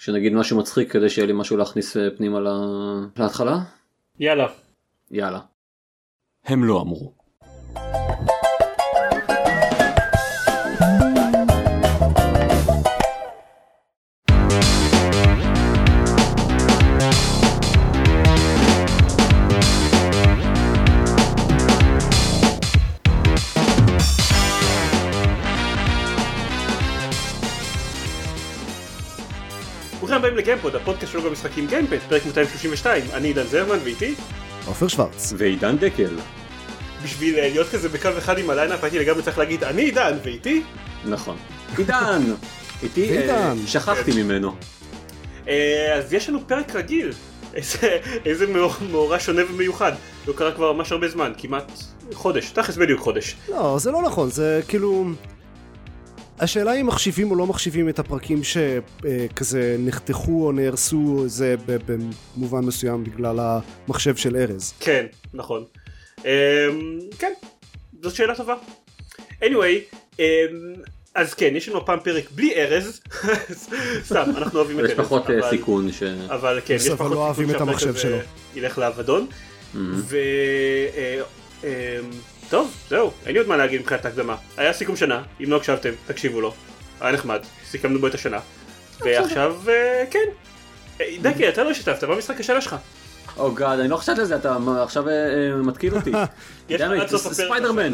שנגיד משהו מצחיק כדי שיהיה לי משהו להכניס פנימה להתחלה? יאללה. יאללה. הם לא אמרו. ברוכים הבאים לגיימפוד, הפודקאסט שלו במשחקים גיימפד, פרק 232. אני עידן זרמן ואיתי עופר שוורץ ועידן דקל. בשביל להיות כזה בקו אחד עם הליינאפ הייתי לגמרי צריך להגיד אני עידן ואיתי. נכון, עידן. איתי שכחתי ממנו. אז יש לנו פרק רגיל. איזה מאורע שונה ומיוחד. לא קרה כבר ממש הרבה זמן, כמעט חודש, תכף בדיוק חודש. לא, זה לא נכון, זה כאילו... השאלה היא אם מחשיבים או לא מחשיבים את הפרקים שכזה נחתכו או נהרסו, זה במובן מסוים בגלל המחשב של ארז. כן, נכון. כן, זאת שאלה טובה. anyway, אז כן, יש לנו הפעם פרק בלי ארז. סתם, אנחנו אוהבים את ארז. יש פחות סיכון ש... אבל כן, יש פחות לא סיכון שהפרק הזה ילך לאבדון. טוב, זהו, אין לי עוד מה להגיד מבחינת ההקדמה. היה סיכום שנה, אם לא הקשבתם, תקשיבו לו. היה נחמד, סיכמנו בו את השנה. ועכשיו, כן. דקי, אתה לא השתתפת, מה משחק השנה שלך? או גאד, אני לא חושבת לזה, אתה עכשיו מתקיל אותי. ספיידרמן.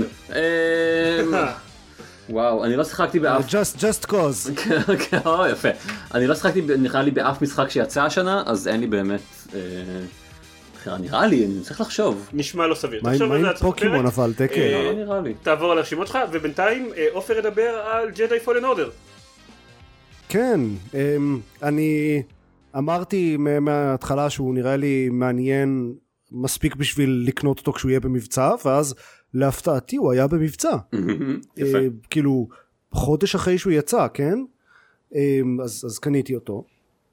וואו, אני לא שיחקתי באף... Just cause. יפה. אני לא שיחקתי, נראה לי, באף משחק שיצא השנה, אז אין לי באמת... נראה לי, אני צריך לחשוב. נשמע לא סביר. מה עם פוקימון אבל, דקה? לא נראה לי. תעבור על הרשימות שלך, ובינתיים עופר ידבר על ג'די פולן אורדר. כן, אני אמרתי מההתחלה שהוא נראה לי מעניין מספיק בשביל לקנות אותו כשהוא יהיה במבצע, ואז להפתעתי הוא היה במבצע. יפה. כאילו, חודש אחרי שהוא יצא, כן? אז קניתי אותו.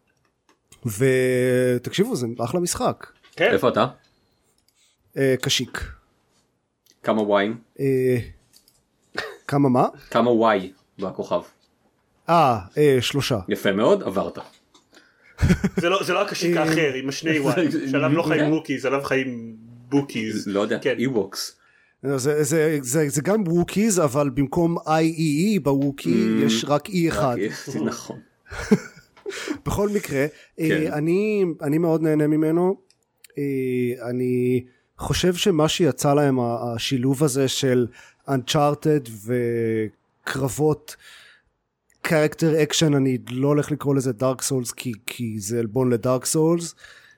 ותקשיבו, זה אחלה משחק. איפה אתה? קשיק. כמה וואיים? כמה מה? כמה וואי בכוכב? 3. יפה מאוד, עברת. זה לא הקשיק האחר, עם השני וואי. שעליו לא חיים ווקיז, עליו חיים בוקיז. לא יודע, אי-ווקס. זה גם ווקיז, אבל במקום IEE בווקי יש רק E1. נכון. בכל מקרה, אני מאוד נהנה ממנו. אני חושב שמה שיצא להם השילוב הזה של Uncharted וקרבות character action, אני לא הולך לקרוא לזה Dark Souls כי זה אלבון לדארק סולס.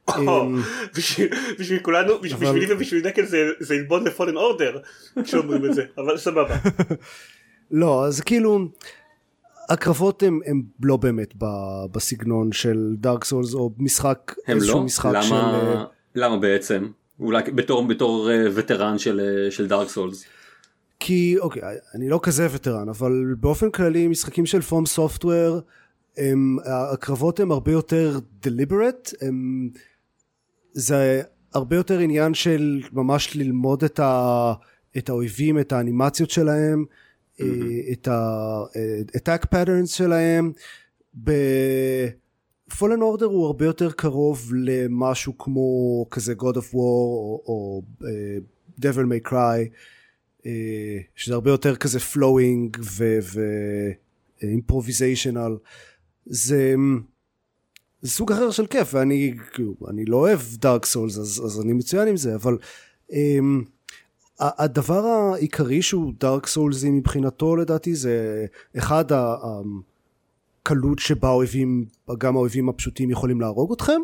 בשביל כולנו, בשבילי ובשביל דקל זה אלבון לפולן אורדר כשאומרים את זה, אבל סבבה. לא, אז כאילו הקרבות הם לא באמת בסגנון של דארק סולס או משחק, איזשהו משחק של... למה בעצם? אולי בתור וטרן של דארק סולס. כי, אוקיי, אני לא כזה וטרן, אבל באופן כללי משחקים של פרום סופטוור, הקרבות הם הרבה יותר deliberate, זה הרבה יותר עניין של ממש ללמוד את האויבים, את האנימציות שלהם, את ה-attack patterns שלהם. Fallen Order הוא הרבה יותר קרוב למשהו כמו כזה God of War או Devil May Cry, שזה הרבה יותר כזה flowing ו-improvisational. זה סוג אחר של כיף, ואני לא אוהב Dark Souls, אז אני מצוין עם זה, אבל הדבר העיקרי שהוא Dark Souls מבחינתו לדעתי, זה אחד הקלות שבה האויבים, גם האויבים הפשוטים יכולים להרוג אתכם,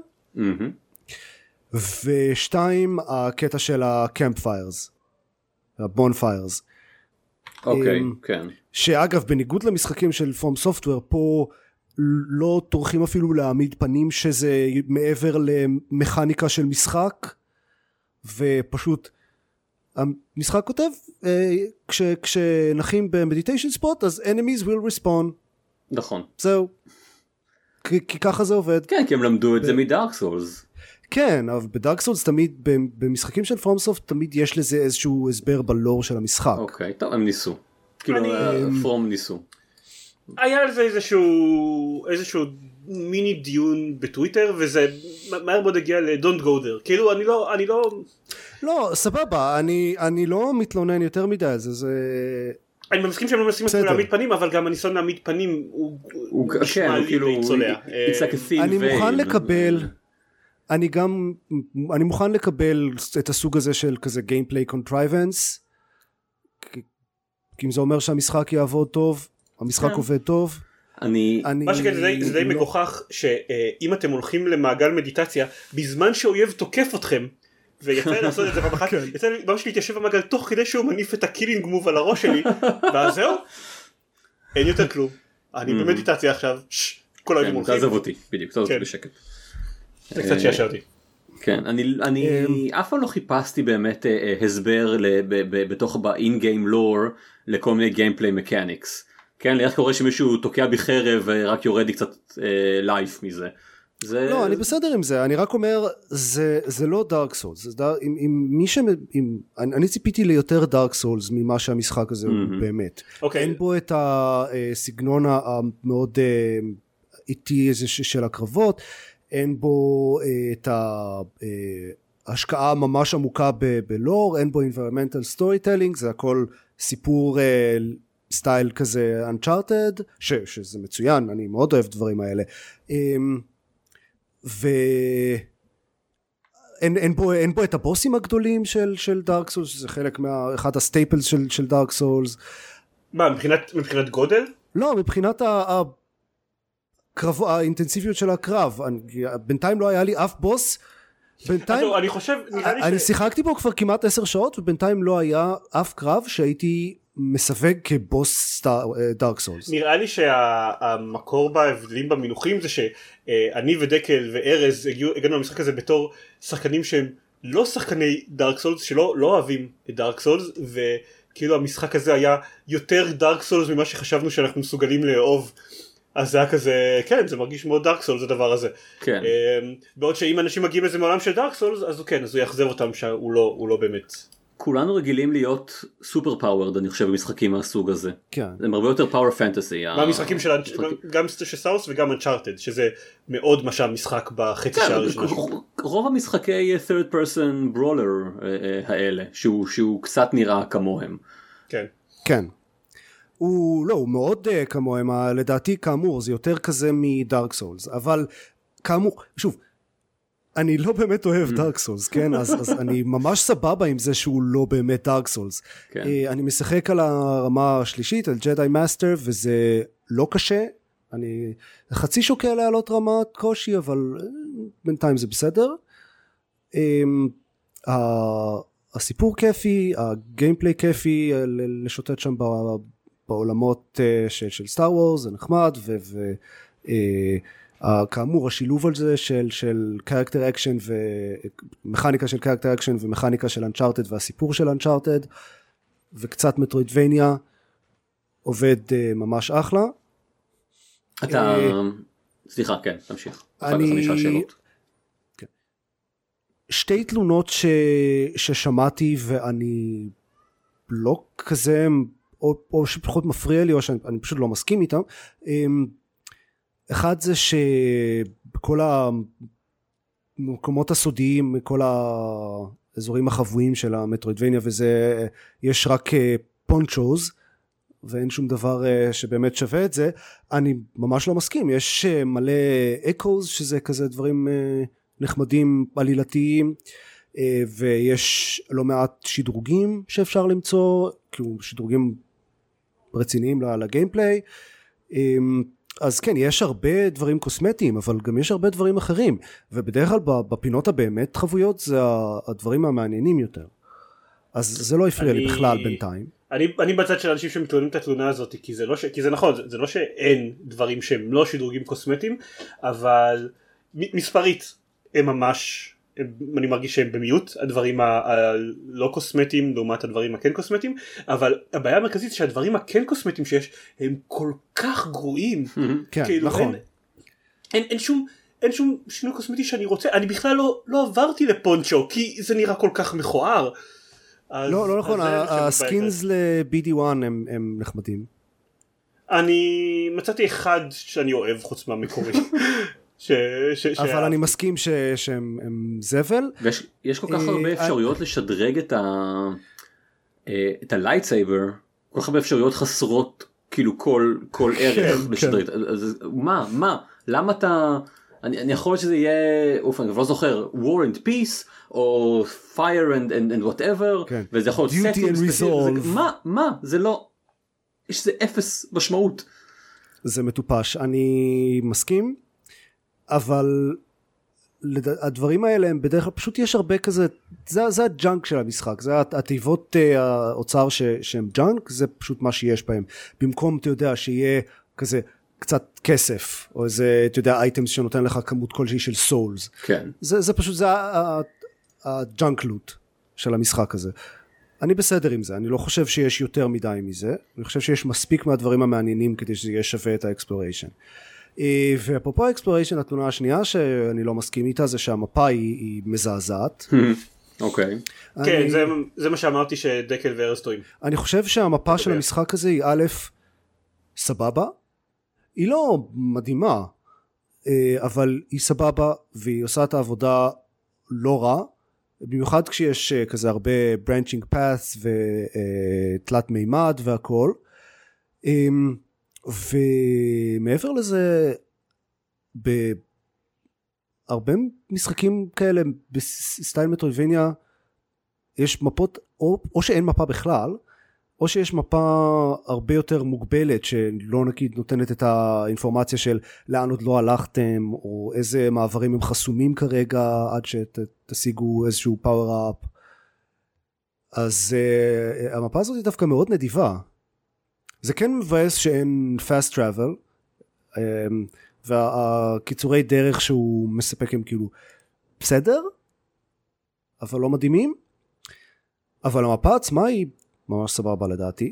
ושתיים, הקטע של ה-campfires, ה-bonfires. אוקיי, כן. שאגב, בניגוד למשחקים של From Software, פה לא טורחים אפילו להעמיד פנים שזה מעבר למכניקה של משחק, ופשוט המשחק כותב, כשנחים במדיטיישן ספוט, אז enemies will respawn. נכון. זהו. כי ככה זה עובד. כן, כי הם למדו את זה מדארק סולס. כן, אבל בדארק סולס תמיד, במשחקים של פרומסופט, תמיד יש לזה איזשהו הסבר בלור של המשחק. אוקיי, טוב, הם ניסו. כאילו, פרום ניסו. היה על זה איזשהו מיני דיון בטוויטר, וזה מהר מאוד הגיע ל-Don't go there. כאילו, אני לא... לא, סבבה, אני לא מתלונן יותר מדי על זה, אני מסכים שהם לא מנסים להעמיד פנים, אבל גם הניסיון להעמיד פנים הוא נשמע לי צולע. אני מוכן לקבל, אני מוכן לקבל את הסוג הזה של כזה gameplay contrivance, כי אם זה אומר שהמשחק יעבוד טוב, המשחק עובד טוב. מה שכן, זה די מגוחך שאם אתם הולכים למעגל מדיטציה, בזמן שאויב תוקף אתכם, ויצא לי לעשות את זה פעם אחת, יצא לי ממש להתיישב במעגל תוך כדי שהוא מניף את הקילינג מוב על הראש שלי, ואז זהו, אין יותר כלום, אני במדיטציה עכשיו, כל האויבים הולכים. תעזב אותי, בדיוק, תעזב אותי בשקט. זה קצת שישע אותי. כן, אני אף פעם לא חיפשתי באמת הסבר בתוך ב-in-game lore לכל מיני gameplay mechanics. כן, לי איך קורה שמישהו תוקע בחרב ורק יורד לי קצת לייף מזה. לא, אני בסדר עם זה, אני רק אומר, זה לא דארק סולס, אני ציפיתי ליותר דארק סולס ממה שהמשחק הזה הוא באמת. אין בו את הסגנון המאוד איטי של הקרבות, אין בו את ההשקעה ממש עמוקה בלור, אין בו environmental storytelling, זה הכל סיפור סטייל כזה Uncharted, שזה מצוין, אני מאוד אוהב דברים האלה. ואין בו את הבוסים הגדולים של דארק סולס, שזה חלק מאחד הסטייפלס של דארק סולס. מה, מבחינת גודל? לא, מבחינת האינטנסיביות של הקרב. בינתיים לא היה לי אף בוס, אני חושב, אני שיחקתי בו כבר כמעט 10 שעות, ובינתיים לא היה אף קרב שהייתי מסווג כבוס דארק סולס. נראה לי שהמקור בהבדלים במינוחים זה שאני ודקל וארז הגענו למשחק הזה בתור שחקנים שהם לא שחקני דארק סולס, שלא אוהבים את דארק סולס, וכאילו המשחק הזה היה יותר דארק סולס ממה שחשבנו שאנחנו מסוגלים לאהוב. אז זה היה כזה, כן, זה מרגיש מאוד דארק סולס הדבר הזה. כן. בעוד שאם אנשים מגיעים לזה מעולם של דארק סולס, אז כן, אז הוא יחזב אותם שהוא לא באמת. כולנו רגילים להיות סופר פאוורד, אני חושב, במשחקים מהסוג הזה. כן. הם הרבה יותר פאוור פנטסי. מהמשחקים של, גם של סאוס וגם Uncharted, שזה מאוד מה שהמשחק בחצי שעה הראשונה. רוב המשחקי third person brawler האלה, שהוא קצת נראה כמוהם. כן. כן. הוא מאוד כמוהם, לדעתי כאמור, זה יותר כזה מדארק סולס, אבל כאמור, שוב, אני לא באמת אוהב דארק סולס, כן? אז אני ממש סבבה עם זה שהוא לא באמת דארק סולס. אני משחק על הרמה השלישית, על ג'די מאסטר, וזה לא קשה. אני חצי שוקל להעלות רמת קושי, אבל בינתיים זה בסדר. הסיפור כיפי, הגיימפליי כיפי, לשוטט שם בעולמות של סטאר וורס, זה נחמד, כאמור השילוב על זה של קרקטר אקשן ומכניקה של קרקטר אקשן ומכניקה של Uncharted והסיפור של Uncharted וקצת מטרוידבניה עובד ממש אחלה. אתה סליחה, כן, תמשיך. שתי תלונות ששמעתי ואני לא כזה או שפחות מפריע לי או שאני פשוט לא מסכים איתם. אחד זה שבכל המקומות הסודיים, כל האזורים החבויים של המטרוידבניה וזה, יש רק פונצ'וז, ואין שום דבר שבאמת שווה את זה. אני ממש לא מסכים, יש מלא אקוז, שזה כזה דברים נחמדים, עלילתיים, ויש לא מעט שדרוגים שאפשר למצוא, כאילו שדרוגים רציניים לגיימפליי, אז כן, יש הרבה דברים קוסמטיים, אבל גם יש הרבה דברים אחרים, ובדרך כלל בפינות הבאמת חבויות זה הדברים המעניינים יותר. אז זה לא הפריע לי בכלל בינתיים. אני בצד של אנשים שמתלוננים את התלונה הזאת, כי זה נכון, זה לא שאין דברים שהם לא שדרוגים קוסמטיים, אבל מספרית הם ממש, אני מרגיש שהם במיעוט, הדברים הלא קוסמטיים לעומת הדברים הכן קוסמטיים, אבל הבעיה המרכזית שהדברים הכן קוסמטיים שיש הם כל כך גרועים. כן, נכון. אין שום שינוי קוסמטי שאני רוצה, אני בכלל לא עברתי לפונצ'ו, כי זה נראה כל כך מכוער. לא נכון, הסקינס ל-BD1 הם נחמדים. אני מצאתי אחד שאני אוהב חוץ מהמקורי. אבל אני מסכים שהם זבל. יש כל כך הרבה אפשרויות לשדרג את הלייטסייבר, כל כך הרבה אפשרויות חסרות כאילו כל ערך לשדרג. מה? למה אתה... אני יכול שזה יהיה, אני לא זוכר, War and Peace, או Fire and whatever, וזה יכול להיות Duty and Resolve. מה? זה לא... יש זה אפס משמעות. זה מטופש, אני מסכים, אבל הדברים האלה הם בדרך כלל, פשוט יש הרבה כזה, זה הג'אנק של המשחק, זה התיבות האוצר שהם ג'אנק, זה פשוט מה שיש בהם. במקום, אתה יודע, שיהיה כזה קצת כסף, או איזה, אתה יודע, אייטמס שנותן לך כמות כלשהי של סולס. כן. זה פשוט, זה הג'אנק לוט של המשחק הזה. אני בסדר עם זה, אני לא חושב שיש יותר מדי מזה, אני חושב שיש מספיק מהדברים המעניינים כדי שזה יהיה שווה את האקספלוריישן. ואפרופו האקספלוריישן, התלונה השנייה שאני לא מסכים איתה, זה שהמפה היא מזעזעת. אוקיי. כן, זה מה שאמרתי שדקל וארז טועים. אני חושב שהמפה של המשחק הזה היא א', סבבה, היא לא מדהימה, אבל היא סבבה, והיא עושה את העבודה לא רע, במיוחד כשיש כזה הרבה branching paths ותלת מימד והכל. ומעבר לזה, בהרבה משחקים כאלה בסטייל מטרוידבניה, יש מפות, או שאין מפה בכלל, או שיש מפה הרבה יותר מוגבלת, שלא נגיד נותנת את האינפורמציה של לאן עוד לא הלכתם, או איזה מעברים הם חסומים כרגע, עד שתשיגו איזשהו פאוור-אפ. אז המפה הזאת היא דווקא מאוד נדיבה. זה כן מבאס שאין fast travel, והקיצורי דרך שהוא מספק הם כאילו בסדר, אבל לא מדהימים. אבל המפה עצמה היא ממש סבבה לדעתי.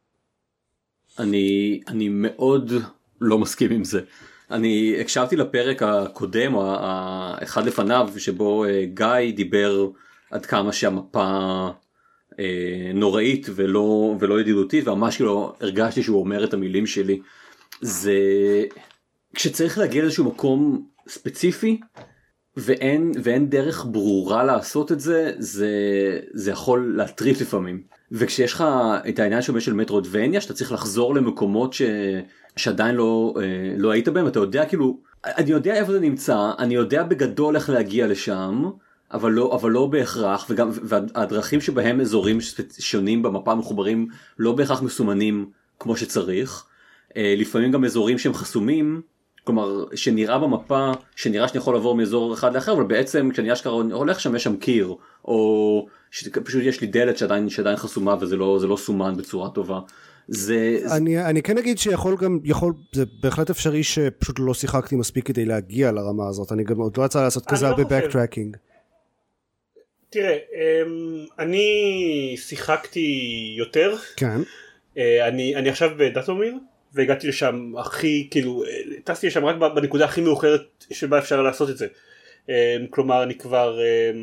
אני מאוד לא מסכים עם זה. אני הקשבתי לפרק הקודם, או האחד לפניו, שבו גיא דיבר עד כמה שהמפה נוראית ולא ידידותית, וממש כאילו הרגשתי שהוא אומר את המילים שלי. זה כשצריך להגיע לאיזשהו מקום ספציפי, ואין דרך ברורה לעשות את זה, זה יכול להטריף לפעמים. וכשיש לך את העניין של מטרואידבניה, שאתה צריך לחזור למקומות שעדיין לא היית בהם, אתה יודע כאילו, אני יודע איפה זה נמצא, אני יודע בגדול איך להגיע לשם, אבל לא בהכרח, והדרכים שבהם אזורים שונים במפה מחוברים, לא בהכרח מסומנים כמו שצריך. לפעמים גם אזורים שהם חסומים, כלומר שנראה במפה, שנראה שאני יכול לעבור מאזור אחד לאחר, אבל בעצם כשאני אשכרה הולך שם יש שם קיר, או שפשוט יש לי דלת שעדיין חסומה וזה לא סומן בצורה טובה. אני כן אגיד זה בהחלט אפשרי שפשוט לא שיחקתי מספיק כדי להגיע לרמה הזאת, אני גם עוד לא יצא לעשות כזה הרבה backtracking. תראה, אני שיחקתי יותר. כן. אני עכשיו בדאטומיר, והגעתי לשם הכי, כאילו, טסתי לשם רק בנקודה הכי מאוחרת שבה אפשר לעשות את זה. כלומר, אני כבר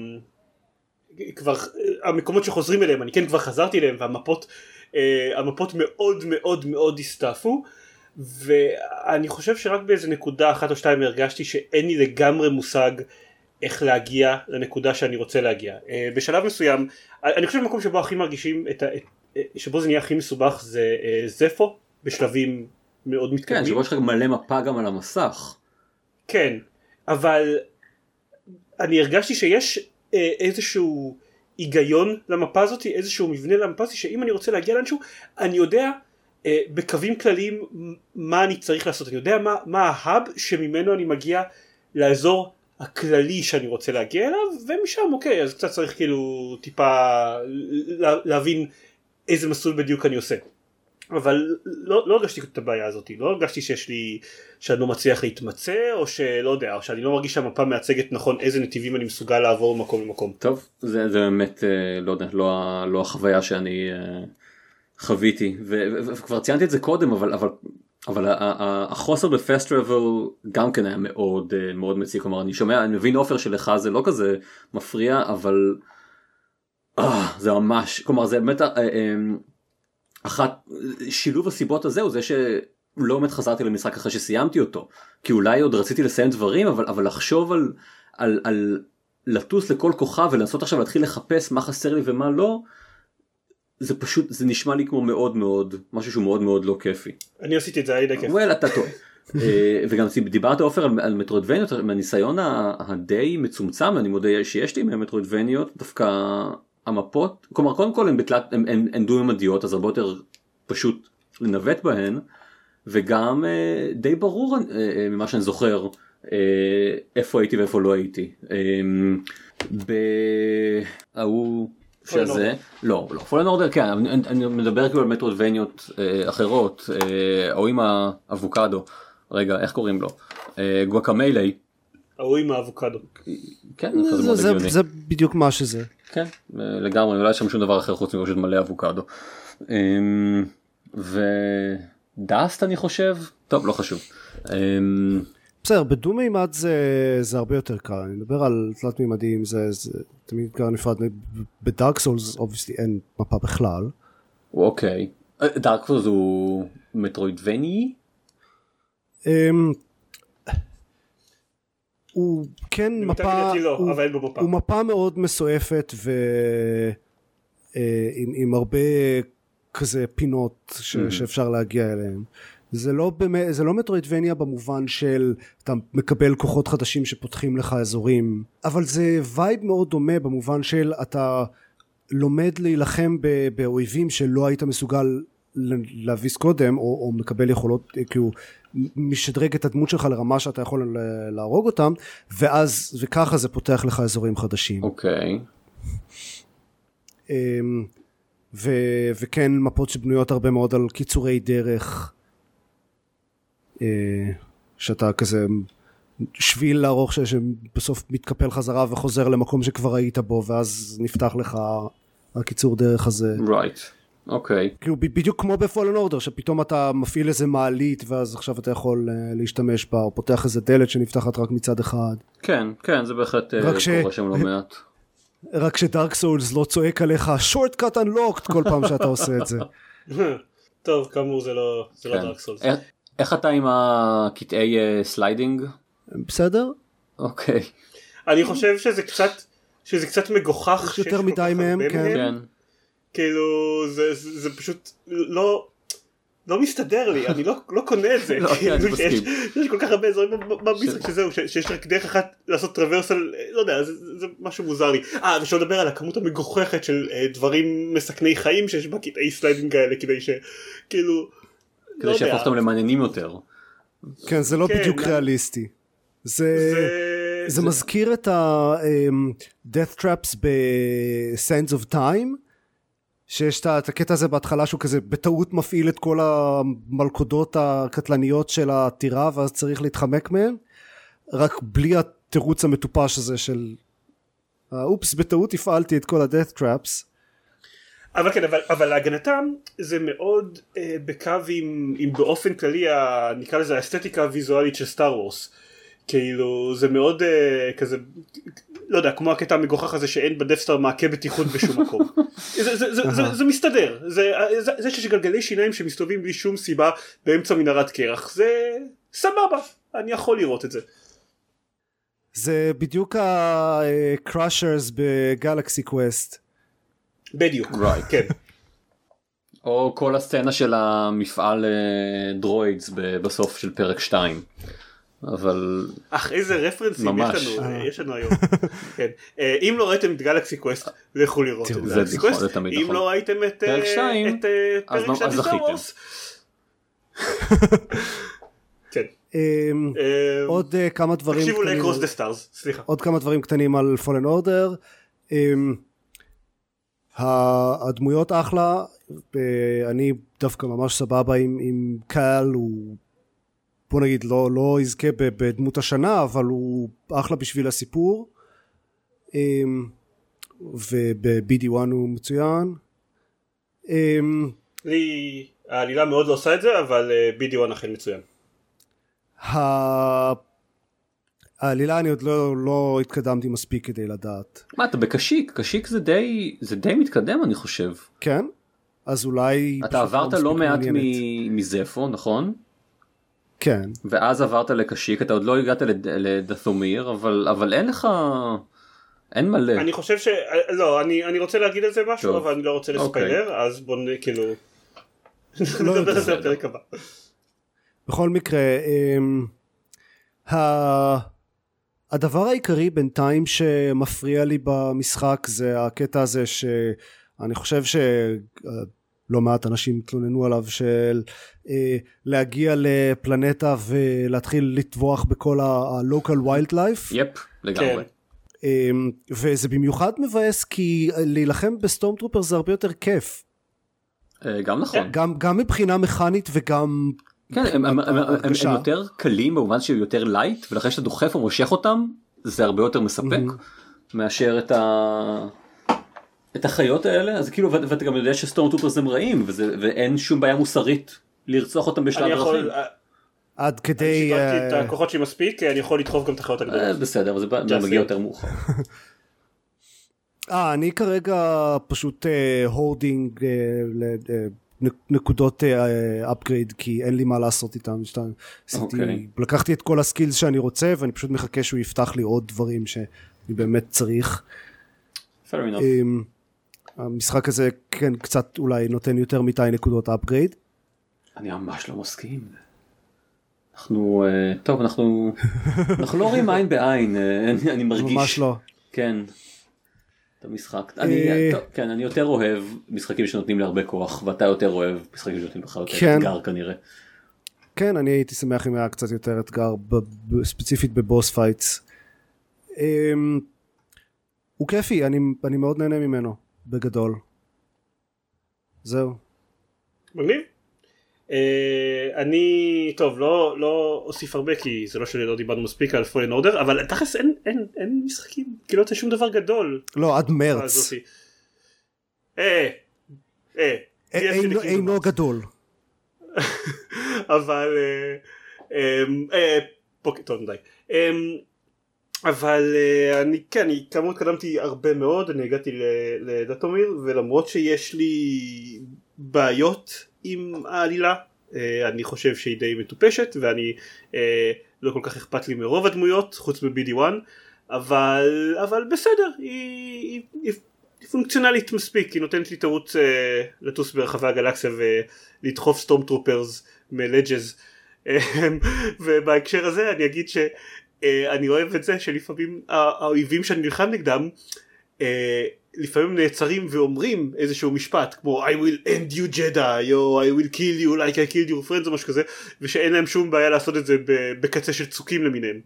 המקומות שחוזרים אליהם, אני כן כבר חזרתי אליהם, והמפות מאוד מאוד מאוד הסתעפו, ואני חושב שרק באיזה נקודה אחת או שתיים הרגשתי שאין לי לגמרי מושג איך להגיע לנקודה שאני רוצה להגיע. בשלב מסוים, אני חושב במקום שבו הכי מרגישים, שבו זה נהיה הכי מסובך, זה זפו, בשלבים מאוד מתקדמים. כן, שבו יש לך מלא מפה גם על המסך. כן, אבל אני הרגשתי שיש איזשהו היגיון למפה הזאת, איזשהו מבנה למפה הזאת, שאם אני רוצה להגיע לאנשהו, אני יודע בקווים כלליים מה אני צריך לעשות, אני יודע מה ההאב שממנו אני מגיע לאזור הכללי שאני רוצה להגיע אליו, ומשם אוקיי, אז קצת צריך כאילו טיפה להבין איזה מסלול בדיוק אני עושה. אבל לא הרגשתי את הבעיה הזאת, לא הרגשתי שאני לא מצליח להתמצא, או שלא יודע, או שאני לא מרגיש שהמפה מייצגת נכון איזה נתיבים אני מסוגל לעבור ממקום למקום. טוב, זה באמת, לא יודע, לא החוויה שאני חוויתי, וכבר ציינתי את זה קודם, אבל החוסר בפסט טראבל גם כן היה מאוד מאוד מציק. כלומר, אני מבין אופר שלך זה לא כזה מפריע, אבל זה ממש, כלומר זה באמת שילוב הסיבות הזה הוא זה לא באמת חזרתי למשחק אחרי שסיימתי אותו, כי אולי עוד רציתי לסיים דברים, אבל לחשוב על לטוס לכל כוכב ולנסות עכשיו להתחיל לחפש מה חסר לי ומה לא, זה פשוט, זה נשמע לי כמו מאוד מאוד, משהו שהוא מאוד מאוד לא כיפי. אני עשיתי את זה, היה די כיף. וואל, אתה טועה. וגם דיברת אופר על מטרואידבניות, מהניסיון הדי מצומצם, אני מודה שיש לי מהמטרואידבניות, דווקא המפות, כלומר קודם כל הן דו-ממדיות, אז הרבה יותר פשוט לנווט בהן, וגם די ברור ממה שאני זוכר, איפה הייתי ואיפה לא הייתי. בהוא שזה, לא, פולן אורדר, כן, אני מדבר כאילו על מטרואידבניות אחרות, או עם האבוקדו, רגע, איך קוראים לו? גואקמיילי. או עם האבוקדו. כן, זה בדיוק מה שזה. כן, לגמרי, אולי שם שום דבר אחר חוץ מפשוט מלא אבוקדו. ודאסט אני חושב, טוב, לא חשוב. בסדר, בדו מימד זה הרבה יותר קל, אני מדבר על תלת מימדים, זה תמיד קרה נפרד, בדארק סולס אובייסלי אין מפה בכלל. אוקיי, דארק סולס הוא מטרואידבני? הוא כן מפה, הוא מפה מאוד מסועפת ועם הרבה כזה פינות שאפשר להגיע אליהן. זה לא מטרואידבניה במובן של אתה מקבל כוחות חדשים שפותחים לך אזורים, אבל זה וייב מאוד דומה במובן של אתה לומד להילחם באויבים שלא היית מסוגל להביס קודם, או מקבל יכולות, כאילו משדרג את הדמות שלך לרמה שאתה יכול להרוג אותם, וככה זה פותח לך אזורים חדשים. אוקיי. וכן מפות שבנויות הרבה מאוד על קיצורי דרך, שאתה כזה שביל לארוך שבסוף מתקפל חזרה וחוזר למקום שכבר היית בו, ואז נפתח לך הקיצור דרך הזה. Right. אוקיי. כאילו בדיוק כמו בפולן אורדר, שפתאום אתה מפעיל איזה מעלית ואז עכשיו אתה יכול להשתמש בה, או פותח איזה דלת שנפתחת רק מצד אחד. כן, כן, זה בהחלט קורה שם לא מעט. רק שדארק סולס לא צועק עליך shortcut unlocked כל פעם שאתה עושה את זה. טוב, כאמור זה לא דארק סולס. איך אתה עם הקטעי סליידינג? בסדר? אוקיי. אני חושב שזה קצת מגוחך. יש יותר מדי מהם, כן. כאילו זה פשוט לא מסתדר לי, אני לא קונה את זה. יש כל כך הרבה אזורים במשחק שזהו, שיש רק דרך אחת לעשות טרוורסל, לא יודע, זה משהו מוזר לי. ושאול לדבר על הכמות המגוחכת של דברים מסכני חיים שיש בקטעי סליידינג האלה, כדי שכאילו כדי שיהפוך אותם למעניינים יותר. כן, זה לא בדיוק ריאליסטי. זה מזכיר את ה-Death Traps ב-Sands of Time, שיש את הקטע הזה בהתחלה שהוא כזה בטעות מפעיל את כל המלכודות הקטלניות של הטירה, ואז צריך להתחמק מהן, רק בלי התירוץ המטופש הזה של אופס, בטעות הפעלתי את כל ה-Death Traps. אבל כן, אבל להגנתם זה מאוד בקו עם באופן כללי, נקרא לזה האסתטיקה הוויזואלית של סטאר וורס. כאילו זה מאוד כזה, לא יודע, כמו הקטע המגוחך הזה שאין בדפסטאר מעקה בטיחות בשום מקום. זה מסתדר. זה שיש גלגלי שיניים שמסתובבים בלי שום סיבה באמצע מנהרת קרח, זה סבבה, אני יכול לראות את זה. זה בדיוק ה-Crushers בגלקסי קווסט. בדיוק, כן. או כל הסצנה של המפעל דרוידס בסוף של פרק 2. אבל איזה רפרנסים יש לנו היום. אם לא ראיתם את גלקסי קווסט, לכו לראות את גלקסי קווסט. אם לא ראיתם את פרק 2 של סטאר וורס, כן. עוד כמה דברים, תקשיבו לאקרוס דה סטארס, סליחה. עוד כמה דברים קטנים על פולן אורדר. הדמויות אחלה, אני דווקא ממש סבבה עם קהל, הוא בוא נגיד לא יזכה בדמות השנה, אבל הוא אחלה בשביל הסיפור, וב-BD1 הוא מצוין. לי העלילה מאוד לא עושה את זה, אבל BD1 אכן מצוין. העלילה אני עוד לא התקדמתי מספיק כדי לדעת. מה, אתה בקשיק? קשיק זה די מתקדם אני חושב. כן? אז אולי... אתה עברת לא מעט מזפו, נכון? כן. ואז עברת לקשיק, אתה עוד לא הגעת לדת'ומיר, אבל אין לך, אין מלא. אני חושב לא, אני רוצה להגיד על זה משהו, אבל אני לא רוצה לספיילר, אז בוא כאילו, נדבר על זה בפרק הבא. בכל מקרה, הדבר העיקרי בינתיים שמפריע לי במשחק זה הקטע הזה שאני חושב שלא מעט אנשים תלוננו עליו של להגיע לפלנטה ולהתחיל לטבוח בכל ה-local wildlife. יפ, לגמרי. וזה במיוחד מבאס כי להילחם בסטורם טרופר זה הרבה יותר כיף. גם נכון. גם מבחינה מכנית וגם... כן, הם יותר קלים במובן שהם יותר לייט, ולכן שאתה דוחף ומושך אותם, זה הרבה יותר מספק מאשר את החיות האלה. אז כאילו, ואתה גם יודע שסטורם טרופרס הם רעים, ואין שום בעיה מוסרית לרצוח אותם בשלב דרכים. עד כדי... אני שיווקתי את הכוחות שלי מספיק, אני יכול לדחוף גם את החיות הגדולות. בסדר, אבל זה מגיע יותר מאוחר. אני כרגע פשוט הורדינג נקודות upgrade כי אין לי מה לעשות איתם. לקחתי את כל הסקילס שאני רוצה ואני פשוט מחכה שהוא יפתח לי עוד דברים שאני באמת צריך. המשחק הזה כן קצת אולי נותן יותר מדי נקודות upgrade. אני ממש לא מסכים. אנחנו לא רואים עין בעין, אני מרגיש. ממש לא. כן. המשחק. אני יותר אוהב משחקים שנותנים לי הרבה כוח, ואתה יותר אוהב משחקים שנותנים לך יותר אתגר כנראה. כן, אני הייתי שמח אם היה קצת יותר אתגר, ספציפית בבוס פייטס. הוא כיפי, אני מאוד נהנה ממנו, בגדול. זהו. מגניב. טוב, לא אוסיף הרבה כי זה לא שלא דיברנו מספיק על פולן אורדר, אבל תכלס אין משחקים, כי לא יוצא שום דבר גדול. לא, עד מרץ. אינו גדול. אבל טוב, די. אבל אני כמובן קדמתי הרבה מאוד, אני הגעתי לדת'ומיר, ולמרות שיש לי בעיות עם העלילה, אני חושב שהיא די מטופשת, ואני לא כל כך אכפת לי מרוב הדמויות, חוץ מ-BD1, אבל בסדר, היא פונקציונלית מספיק, היא נותנת לי תירוץ לטוס ברחבי הגלקסיה ולדחוף סטורם טרופרס מלג'ז, ובהקשר הזה אני אגיד שאני אוהב את זה שלפעמים האויבים שאני נלחם נגדם, לפעמים נעצרים ואומרים איזשהו משפט כמו I will end you Jedi או I will kill you like I killed your friends או משהו כזה, ושאין להם שום בעיה לעשות את זה בקצה של צוקים למיניהם.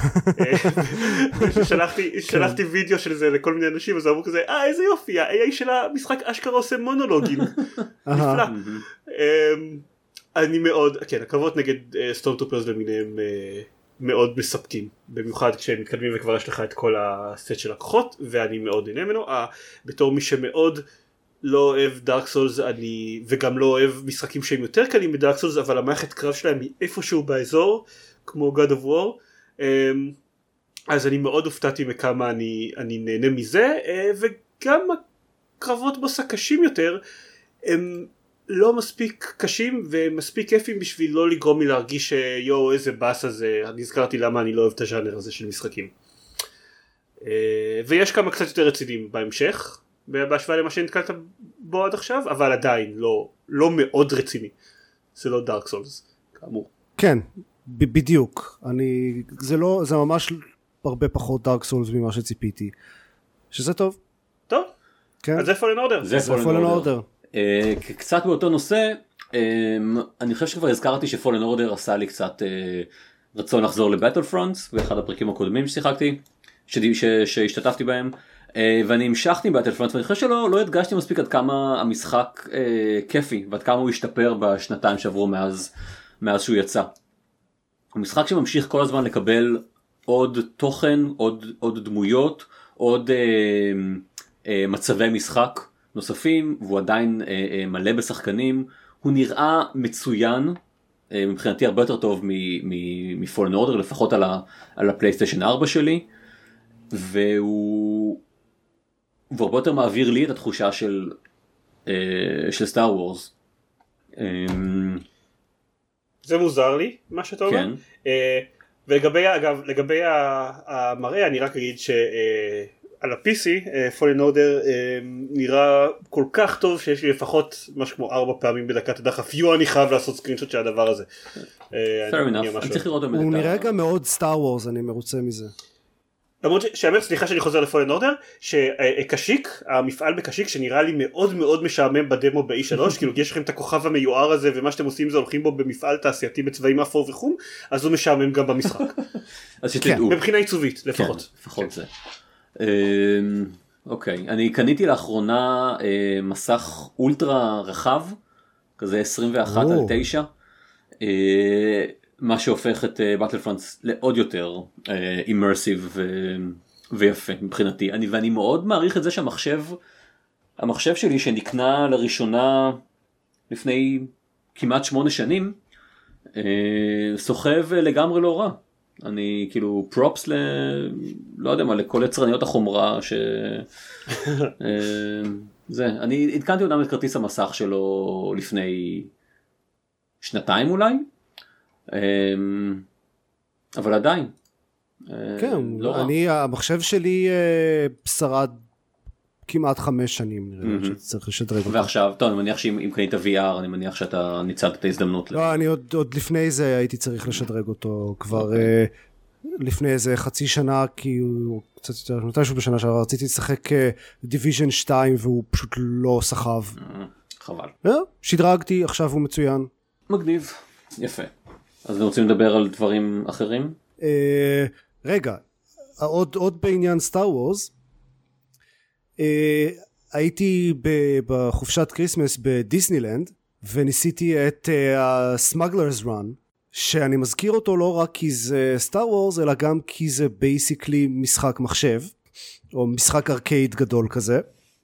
שלחתי וידאו של זה לכל מיני אנשים, אז אמרו כזה איזה יופי, ה-AI של המשחק אשכרה עושה מונולוגים. נפלא. אני מאוד, כן, הקרבות נגד סטורם טרופרס למיניהם מאוד מספקים, במיוחד כשהם מתקדמים וכבר יש לך את כל הסט של הכוחות, ואני מאוד נהנה ממנו. בתור מי שמאוד לא אוהב דארק סולס, וגם לא אוהב משחקים שהם יותר קלים מדארק סולס, אבל המערכת קרב שלהם היא איפשהו באזור, כמו God of War, אז אני מאוד הופתעתי מכמה אני נהנה מזה, וגם הקרבות בוס הקשים יותר, הם לא מספיק קשים ומספיק כיפים בשביל לא לגרום לי להרגיש יו איזה באס הזה, נזכרתי למה אני לא אוהב את הז'אנר הזה של משחקים. ויש כמה קצת יותר רציניים בהמשך בהשוואה למה שנתקלת בו עד עכשיו, אבל עדיין לא מאוד רציני, זה לא דארק סולס כאמור. כן, בדיוק, זה ממש הרבה פחות דארק סולס ממה שציפיתי, שזה טוב. טוב, אז זה פולן אורדר. זה פולן אורדר. קצת באותו נושא, אני חושב שכבר הזכרתי שפולן אורדר עשה לי קצת רצון לחזור לבטל פרונטס, באחד הפרקים הקודמים ששיחקתי, שהשתתפתי בהם, ואני המשכתי בטל פרונטס, ואני חושב שלא הדגשתי מספיק עד כמה המשחק כיפי, ועד כמה הוא השתפר בשנתיים שעברו מאז שהוא יצא. הוא משחק שממשיך כל הזמן לקבל עוד תוכן, עוד דמויות, עוד מצבי משחק נוספים, והוא עדיין מלא בשחקנים. הוא נראה מצוין, מבחינתי הרבה יותר טוב מפולן אורדר, לפחות על הפלייסטיישן 4 שלי, והוא הרבה יותר מעביר לי את התחושה של סטאר וורס. זה מוזר לי מה שאתה אומר. ולגבי אגב לגבי המראה אני רק אגיד שעל ה-PC Fallen Order נראה כל כך טוב שיש לי לפחות משהו כמו 4 פעמים בדקת הדחף אני חייב לעשות סקרינשוט של הדבר הזה. הוא נראה גם מאוד סטאר וורס, אני מרוצה מזה. למרות שאמר, סליחה שאני חוזר לפולן אורדר, שקשיק, המפעל בקשיק שנראה לי מאוד מאוד משעמם בדמו ב-E3, כאילו יש לכם את הכוכב המיוער הזה ומה שאתם עושים זה הולכים בו במפעל תעשייתי בצבעים אפור וחום, אז הוא משעמם גם במשחק. אז שתדעו. מבחינה עיצובית לפחות. כן, לפחות זה. אוקיי, אני קניתי לאחרונה מסך אולטרה רחב, כזה 21/9, מה שהופך את Battlefront לעוד יותר immersive ויפה מבחינתי. ואני מאוד מעריך את זה שהמחשב שלי שנקנה לראשונה לפני כמעט 8 שנים, סוחב לגמרי לא רע. אני כאילו פרופס לא יודע מה, לכל יצרניות החומרה זה, אני עדכנתי אותם את כרטיס המסך שלו לפני 2 אולי, אבל עדיין. כן, המחשב שלי שרד כמעט 5 שנים, נראה שצריך לשדרג אותו. ועכשיו, טוב, אני מניח שאם קנית VR, אני מניח שאתה ניצלת את ההזדמנות. לא, אני עוד לפני זה הייתי צריך לשדרג אותו כבר לפני איזה חצי שנה, כי הוא קצת יותר, מתישהו בשנה שעברה, רציתי לשחק דיוויז'ן 2 והוא פשוט לא סחב. חבל. שדרגתי, עכשיו הוא מצוין. מגניב, יפה. אז אנחנו רוצים לדבר על דברים אחרים? רגע, עוד בעניין סטאר וורס, הייתי בחופשת קריסמס בדיסנילנד, וניסיתי את ה-Smuggler's Run, שאני מזכיר אותו לא רק כי זה סטאר וורס, אלא גם כי זה בייסיקלי משחק מחשב, או משחק ארקייד גדול כזה.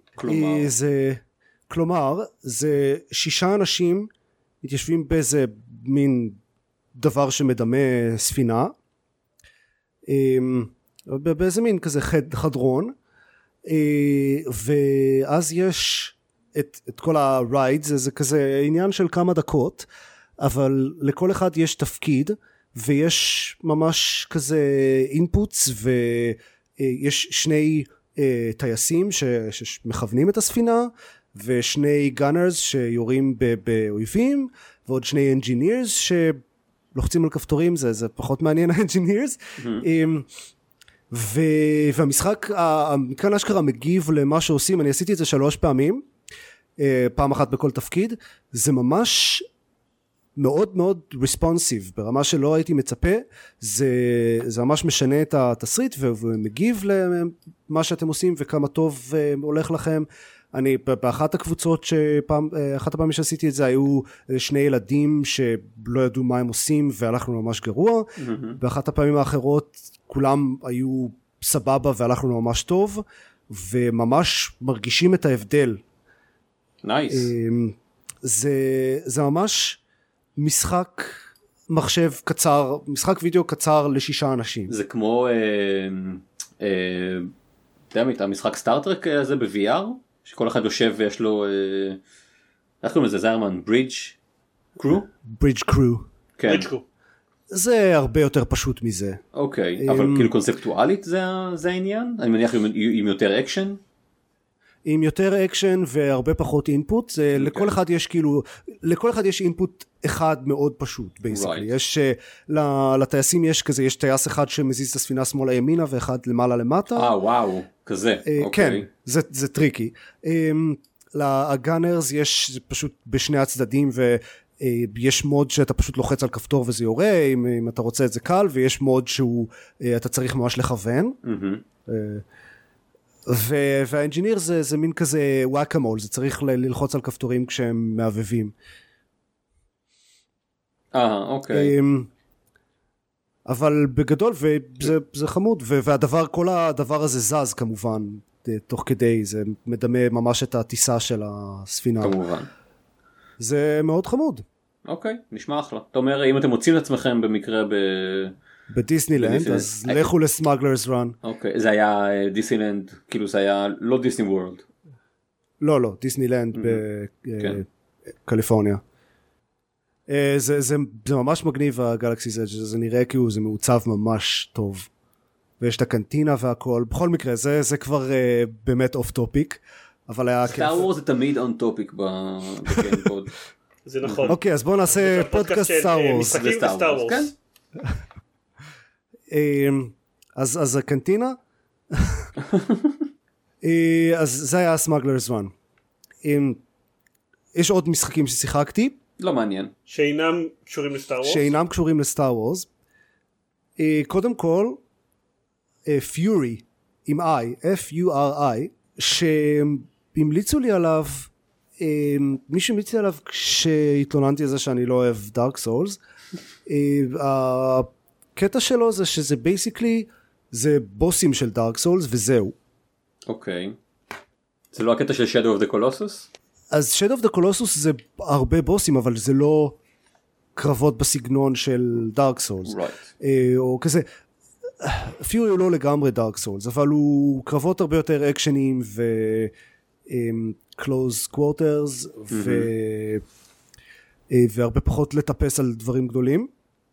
כלומר, זה 6 אנשים מתיישבים באיזה מין דבר שמדמה ספינה, באיזה מין כזה חדרון, ואז יש את כל הריידס, זה כזה עניין של כמה דקות, אבל לכל אחד יש תפקיד, ויש ממש כזה אינפוטס, ויש 2 טייסים שמכוונים את הספינה, ו2 גאנרס שיורים באויבים, ועוד 2 אנג'ינירס שלוחצים על כפתורים, זה פחות מעניין האנג'ינירס, והמשחק כאן אשכרה מגיב למה שעושים. אני עשיתי את זה 3 פעמים, פעם אחת בכל תפקיד. זה ממש מאוד מאוד responsive, ברמה שלא הייתי מצפה. זה ממש משנה את התסריט ומגיב למה שאתם עושים וכמה טוב הולך לכם. אני באחת הקבוצות אחת הפעמים שעשיתי את זה היו 2 ילדים שלא ידעו מה הם עושים והלכנו ממש גרוע. באחת הפעמים האחרות כולם היו סבבה והלכנו ממש טוב, וממש מרגישים את ההבדל. נייס. זה ממש משחק מחשב קצר, משחק וידאו קצר ל6 אנשים. זה כמו המשחק סטארטרק הזה ב-VR, שכל אחד יושב ויש לו, איך קוראים לזה, זיירמן, ברידג' קרו? ברידג' קרו. כן. זה הרבה יותר פשוט מזה. אוקיי, אבל כאילו קונספטואלית זה העניין? אני מניח עם יותר אקשן? עם יותר אקשן והרבה פחות אינפוט. לכל אחד יש כאילו, לכל אחד יש אינפוט אחד מאוד פשוט, בייסיקלי. יש, לטייסים יש כזה, יש טייס אחד שמזיז את הספינה שמאלה ימינה, ואחד למעלה למטה. וואו, כזה. כן, זה טריקי. לגאנרס יש פשוט בשני הצדדים, ויש מוד שאתה פשוט לוחץ על כפתור וזה יורה, אם אתה רוצה את זה קל, ויש מוד שהוא, אתה צריך ממש לכוון. והאנג'יניר זה מין כזה וואקמול, זה צריך ללחוץ על כפתורים כשהם מעבבים. אוקיי. אבל בגדול, וזה חמוד, כל הדבר הזה זז כמובן, תוך כדי, זה מדמה ממש את הטיסה של הספינה. כמובן. זה מאוד חמוד. אוקיי, נשמע אחלה. אתה אומר, אם אתם מוצאים לעצמכם במקרה בדיסנילנד, אז לכו לסמאגלרס רן. אוקיי, זה היה דיסנילנד, כאילו זה היה לא דיסני וורלד. לא, דיסנילנד בקליפורניה. זה ממש מגניב הגלקסי זה נראה כאילו זה מעוצב ממש טוב. ויש את הקנטינה והכל, בכל מקרה זה כבר באמת אוף טופיק, אבל היה סטאר וורס זה תמיד און טופיק בגיימפוד. זה נכון. אוקיי, אז בואו נעשה פודקאסט סטאר וורס. משחקים וסטאר וורס. אז הקנטינה, אז זה היה סמגלרס 1. יש עוד משחקים ששיחקתי. לא מעניין. שאינם קשורים לסטאר וורס? שאינם קשורים לסטאר וורס. קודם כל, פיורי, עם I, F-U-R-I, שהמליצו לי עליו, מישהו המליץ לי עליו כשהתלוננתי על זה שאני לא אוהב דארק סולס. הקטע שלו זה שזה basically, זה בוסים של דארק סולס וזהו. אוקיי. זה לא הקטע של Shadow of the Colossus? אז Shadow of the Colossus זה הרבה בוסים, אבל זה לא קרבות בסגנון של דארק סולס. או כזה, פיורי הוא לא לגמרי דארק סולס, אבל הוא קרבות הרבה יותר אקשנים ו-close quarters, והרבה פחות לטפס על דברים גדולים.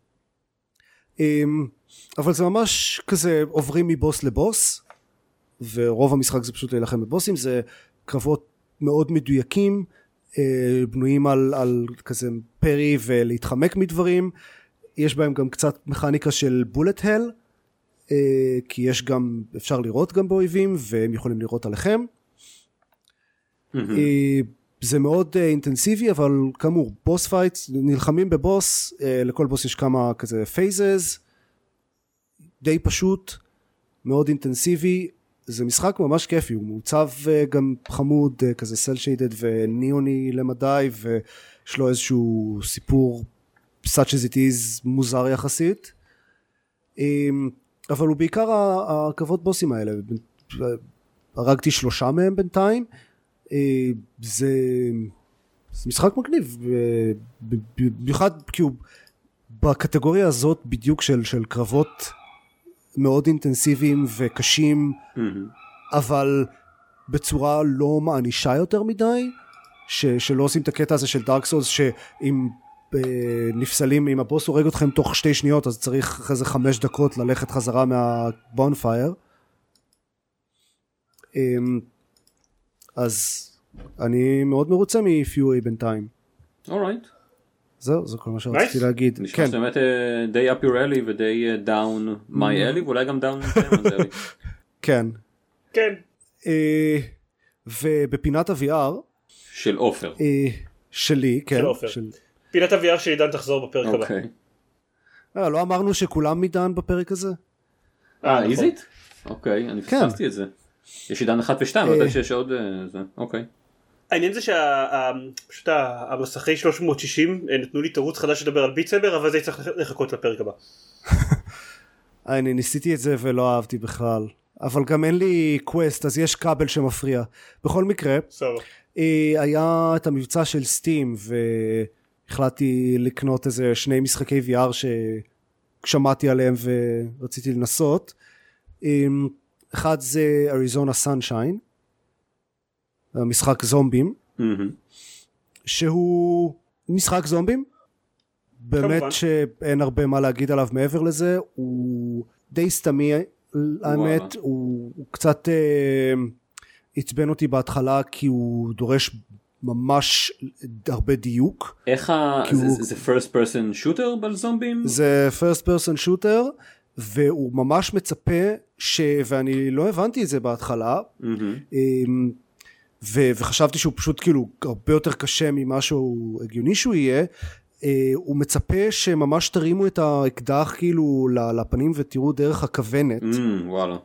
אבל זה ממש כזה עוברים מבוס לבוס, ורוב המשחק זה פשוט להילחם בבוסים, זה קרבות מאוד מדויקים, בנויים על כזה פרי ולהתחמק מדברים, יש בהם גם קצת מכניקה של בולט הל, כי יש גם, אפשר לראות גם באויבים, והם יכולים לראות עליכם. זה מאוד אינטנסיבי, אבל כאמור, בוס פייט, נלחמים בבוס, לכל בוס יש כמה כזה פייזז, די פשוט, מאוד אינטנסיבי, זה משחק ממש כיפי, הוא מעוצב גם חמוד, כזה סל שיידד וניוני למדי, ויש לו איזשהו סיפור such as it is מוזר יחסית, אבל הוא בעיקר הקרבות בוסים האלה, הרגתי 3 מהם בינתיים, זה משחק מגניב, במיוחד כאילו בקטגוריה הזאת בדיוק של קרבות מאוד אינטנסיביים וקשים, אבל בצורה לא מענישה יותר מדי, שלא עושים את הקטע הזה של דארק סולס, שאם נפסלים, אם הבוס הורג אתכם תוך 2 שניות, אז צריך אחרי זה 5 דקות ללכת חזרה מהבונפייר. אז אני מאוד מרוצה מפיורי בינתיים. אורייט. זהו, זה כל מה שרציתי להגיד. נשמע שבאמת די up your alley ודי down my alley, ואולי גם down Demon's alley. כן. כן. ובפינת ה-VR של אופר. שלי, כן. של אופר. פינת ה-VR של עידן תחזור בפרק הבא. אוקיי. לא אמרנו שכולם עידן בפרק הזה? איזית? אוקיי, אני פספסתי את זה. יש עידן 1 ו2, לא יודע שיש עוד זה. אוקיי. העניין זה שפשוט המסכי 360 נתנו לי תירוץ חדש לדבר על ביט סייבר, אבל זה צריך לחכות לפרק הבא. אני ניסיתי את זה ולא אהבתי בכלל, אבל גם אין לי קווסט, אז יש כבל שמפריע. בכל מקרה, היה את המבצע של סטים, והחלטתי לקנות איזה 2 משחקי VR ששמעתי עליהם ורציתי לנסות. אחד זה אריזונה סנשיין, משחק זומבים, שהוא משחק זומבים, באמת שאין הרבה מה להגיד עליו מעבר לזה, הוא די סתמי, האמת, הוא קצת עצבן אותי בהתחלה, כי הוא דורש ממש הרבה דיוק. איך זה first person shooter בזומבים? זה first person shooter, והוא ממש מצפה, ואני לא הבנתי את זה בהתחלה, וחשבתי שהוא פשוט כאילו הרבה יותר קשה ממה שהוא הגיוני שהוא יהיה, הוא מצפה שממש תרימו את האקדח כאילו לפנים ותראו דרך הכוונת, וואלה.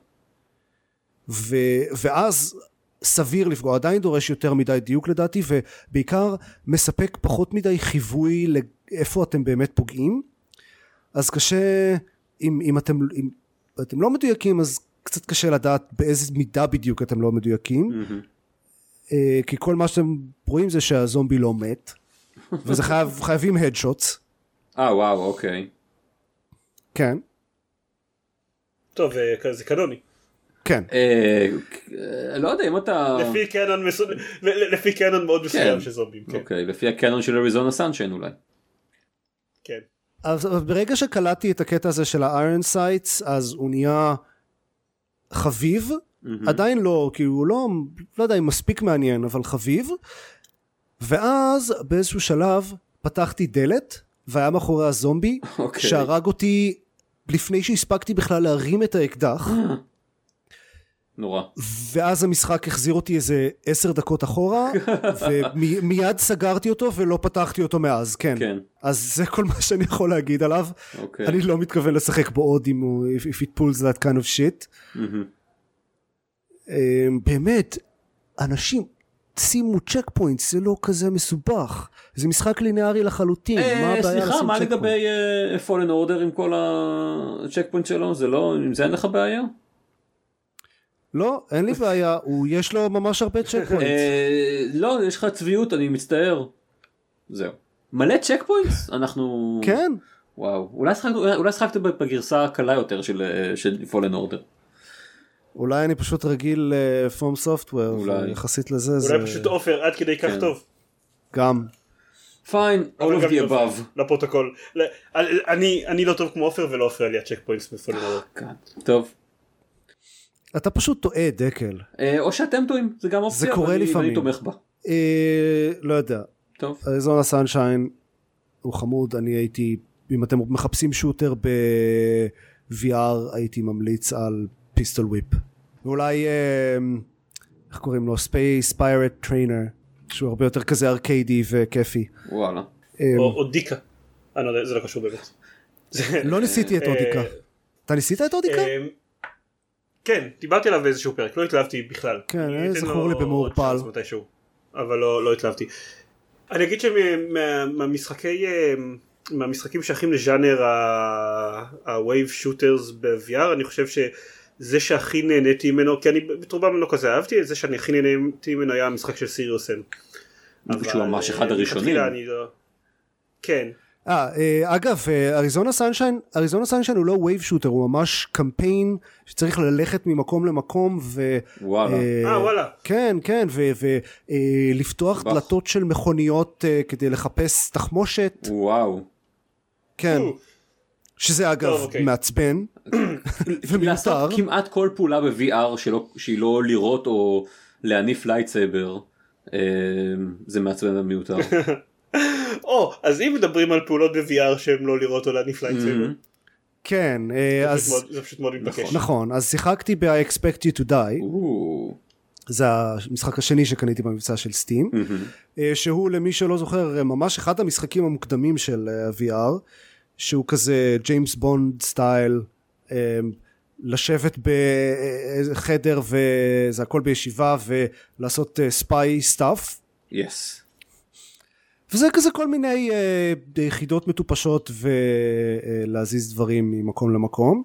ואז סביר לפגוע, עדיין דורש יותר מדי דיוק לדעתי, ובעיקר מספק פחות מדי חיווי לאיפה אתם באמת פוגעים, אז קשה, אם אתם לא מדויקים, אז קצת קשה לדעת באיזה מידה בדיוק אתם לא מדויקים, כי כל מה שאתם רואים זה שהזומבי לא מת, וזה חייבים הדשוטס. וואו, אוקיי. כן. טוב, זה קנוני. כן. לא יודע אם אתה... לפי קנון מאוד מסוים של זומבים. אוקיי, לפי הקנון של אריזונה סנשיין אולי. אז ברגע שקלטתי את הקטע הזה של ה-Iron Sights, אז הוא נהיה חביב, עדיין לא, כי הוא לא יודע אם מספיק מעניין, אבל חביב, ואז באיזשהו שלב פתחתי דלת, והיה מאחורי הזומבי, שהרג אותי לפני שהספקתי בכלל להרים את האקדח, נורא. ואז המשחק החזיר אותי איזה 10 דקות אחורה, ומיד סגרתי אותו ולא פתחתי אותו מאז, כן. אז זה כל מה שאני יכול להגיד עליו. אני לא מתכוון לשחק בו עוד if it pulls that kind of shit. באמת, אנשים, שימו צ'ק פוינט, זה לא כזה מסובך. זה משחק לינארי לחלוטין. סליחה, מה לגבי Fallen Order עם כל הצ'ק פוינט שלו? זה לא, עם זה אין לך בעיה? לא, אין לי בעיה, יש לו ממש הרבה צ'ק פוינט. לא, יש לך צביעות, אני מצטער. זהו. מלא צ'ק פוינט? אנחנו... כן. וואו, אולי שחקת בגרסה הקלה יותר של Fallen Order. אולי אני פשוט רגיל From Software, יחסית לזה. אולי פשוט אופר, עד כדי כך טוב. גם. Fine, all of the above. לפרוטוקול. אני לא טוב כמו אופר ולא אופר לי הצ'ק פוינטס מפולן Order. טוב. אתה פשוט טועה, דקל. או שאתם טועים, זה גם אופציה, זה קורה לפעמים. ואני תומך בה. לא יודע. טוב. אריזונה סנשיין הוא חמוד, אני הייתי, אם אתם מחפשים שוטר ב-VR, הייתי ממליץ על פיסטול וויפ. ואולי, איך קוראים לו? Space Pirate Trainer, שהוא הרבה יותר כזה ארקיידי וכיפי. וואלה. או דיקה. זה לא קשור באמת. לא ניסיתי את אודיקה. אתה ניסית את אודיקה? כן, דיברתי עליו באיזשהו פרק, לא התלהבתי בכלל. כן, זכור לי במעורפל. אבל לא התלהבתי. אני אגיד מהמשחקים שייכים לז'אנר ה-Wave Shooters ב-VR, אני חושב שזה שהכי נהניתי ממנו, כי אני בתרובם לא כזה אהבתי, זה שאני הכי נהניתי ממנו היה המשחק של סיריוס אן. שהוא ממש אחד הראשונים. כן. אגב, אריזונה סנשיין הוא לא וייב שוטר, הוא ממש קמפיין שצריך ללכת ממקום למקום וואלה. כן, ולפתוח דלתות של מכוניות כדי לחפש תחמושת. וואו. כן. שזה אגב מעצבן ומיותר. כמעט כל פעולה ב-VR שהיא לא לראות או להניף לייטסייבר, זה מעצבן ומיותר. אז אם מדברים על פעולות ב-VR שהן לא לראות או להניף לייטסייבר. כן, זה פשוט מאוד מתבקש. נכון, אז שיחקתי ב-I Expect You to Die. זה המשחק השני שקניתי במבצע של סטים, שהוא למי שלא זוכר ממש אחד המשחקים המוקדמים של VR, שהוא כזה ג'יימס בונד סטייל, לשבת בחדר וזה הכל בישיבה ולעשות ספיי סטאפ. Yes. וזה כזה כל מיני יחידות מטופשות ולהזיז דברים ממקום למקום,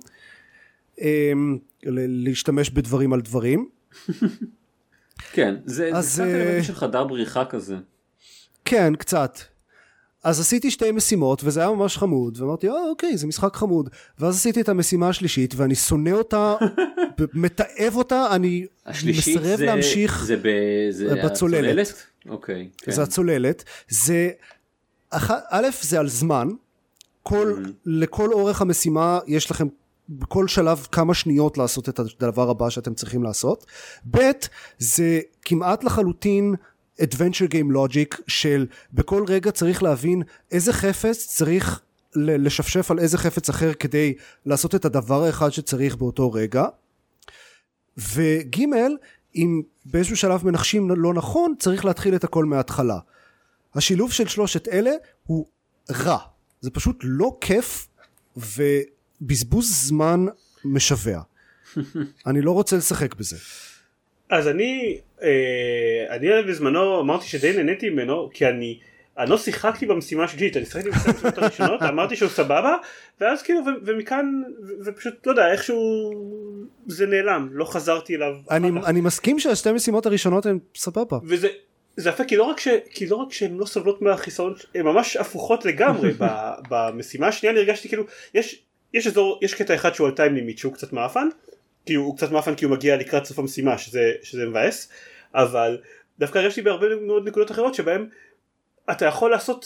להשתמש בדברים על דברים. כן, זה קצת אלמנט של חדר בריחה כזה. כן, קצת. אז עשיתי 2 משימות וזה היה ממש חמוד, ואמרתי אוקיי, זה משחק חמוד, ואז עשיתי את המשימה השלישית ואני שונא אותה, מתאב אותה, אני מסרב להמשיך בצוללת. אוקיי. זה הצוללת, זה א', זה על זמן, לכל אורך המשימה יש לכם בכל שלב כמה שניות לעשות את הדבר הבא שאתם צריכים לעשות. ב', זה כמעט לחלוטין adventure game logic של בכל רגע צריך להבין איזה חפץ צריך לשפשף על איזה חפץ אחר כדי לעשות את הדבר האחד שצריך באותו רגע. וג', אם באיזשהו שלב מנחשים לא נכון, צריך להתחיל את הכל מההתחלה. השילוב של שלושת אלה הוא רע. זה פשוט לא כיף ובזבוז זמן משווה. אני לא רוצה לשחק בזה. אז אני בזמנו אמרתי שדי נהניתי ממנו, כי אני לא שיחקתי במשימה השלישית, אני שיחקתי בשתי המשימות הראשונות, אמרתי שהוא סבבה, ואז כאילו, ומכאן, ופשוט, לא יודע, איכשהו זה נעלם, לא חזרתי אליו. אני מסכים שהשתי המשימות הראשונות הן סבבה. וזה יפה, כי לא רק שהן לא סובלות מהחיסון, הן ממש הפוכות לגמרי. במשימה השנייה אני הרגשתי כאילו, יש קטע אחד שהוא על טיים לימיט, שהוא קצת מאפן, כי הוא קצת מאפן כי הוא מגיע לקראת סוף המשימה, שזה מבאס, אבל דווקא הרגשתי בהרבה מאוד נקודות אחרות שבהם אתה יכול לעשות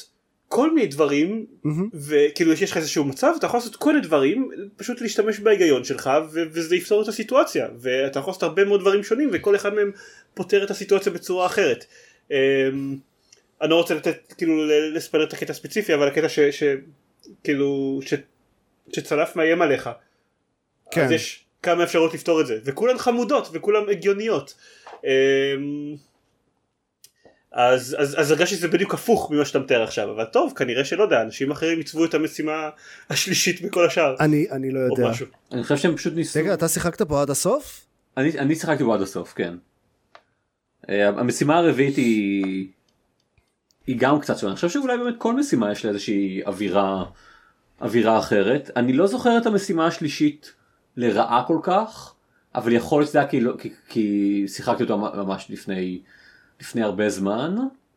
כל מיני דברים, וכאילו יש לך איזשהו מצב, אתה יכול לעשות כל מיני דברים, פשוט להשתמש בהיגיון שלך, וזה יפתור את הסיטואציה, ואתה יכול לעשות הרבה מאוד דברים שונים, וכל אחד מהם פותר את הסיטואציה בצורה אחרת. אני לא רוצה לתת, כאילו, לספר את הקטע הספציפי, אבל הקטע כאילו, שצלף מאיים עליך. כן. אז יש כמה אפשרות לפתור את זה, וכולן חמודות, וכולן הגיוניות. אז הרגשתי שזה בדיוק הפוך ממה שאתה מתאר עכשיו, אבל טוב, כנראה שלא יודע, אנשים אחרים יצבו את המשימה השלישית בכל השאר. אני לא יודע. אני חושב שהם פשוט ניסו. רגע, אתה שיחקת בו עד הסוף? אני שיחקתי בו עד הסוף, כן. המשימה הרביעית היא גם קצת שונה. אני חושב שאולי באמת כל משימה יש לה איזושהי אווירה אחרת. אני לא זוכר את המשימה השלישית לרעה כל כך, אבל יכול להיות שזה היה כי שיחקתי אותה ממש לפני הרבה זמן.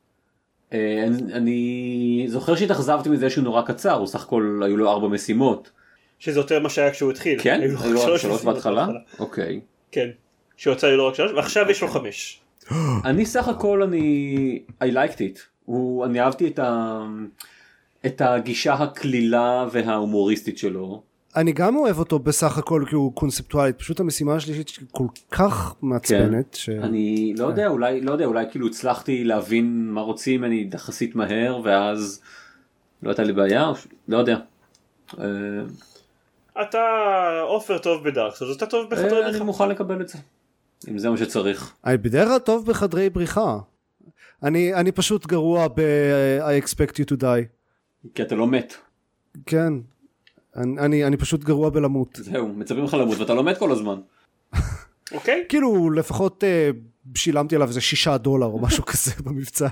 אני זוכר שהתאכזבתי מזה שהוא נורא קצר, הוא סך הכל היו לו 4 משימות. שזה יותר מה שהיה כשהוא התחיל. כן? היו לו רק 3 בהתחלה? אוקיי. כן, שיוצא לי לא רק 3, ועכשיו יש לו 5. אני סך הכל, I liked it. אני אהבתי את הגישה הכלילה וההומוריסטית שלו. אני גם אוהב אותו בסך הכל כי הוא קונספטואלית, פשוט המשימה השלישית כל כך מעצבנת. אני לא יודע, אולי כאילו הצלחתי להבין מה רוצים ממני יחסית מהר, ואז לא הייתה לי בעיה, לא יודע. אתה אופר טוב בדארק סולס, אתה טוב בחדרי בריחה. אני מוכן לקבל את זה, אם זה מה שצריך. אני בדרך כלל טוב בחדרי בריחה. אני פשוט גרוע ב-I expect you to die. כי אתה לא מת. כן. אני פשוט גרוע בלמות. זהו, מצפים לך למות ואתה לא מת כל הזמן. אוקיי. כאילו לפחות שילמתי עליו איזה $6 או משהו כזה במבצע.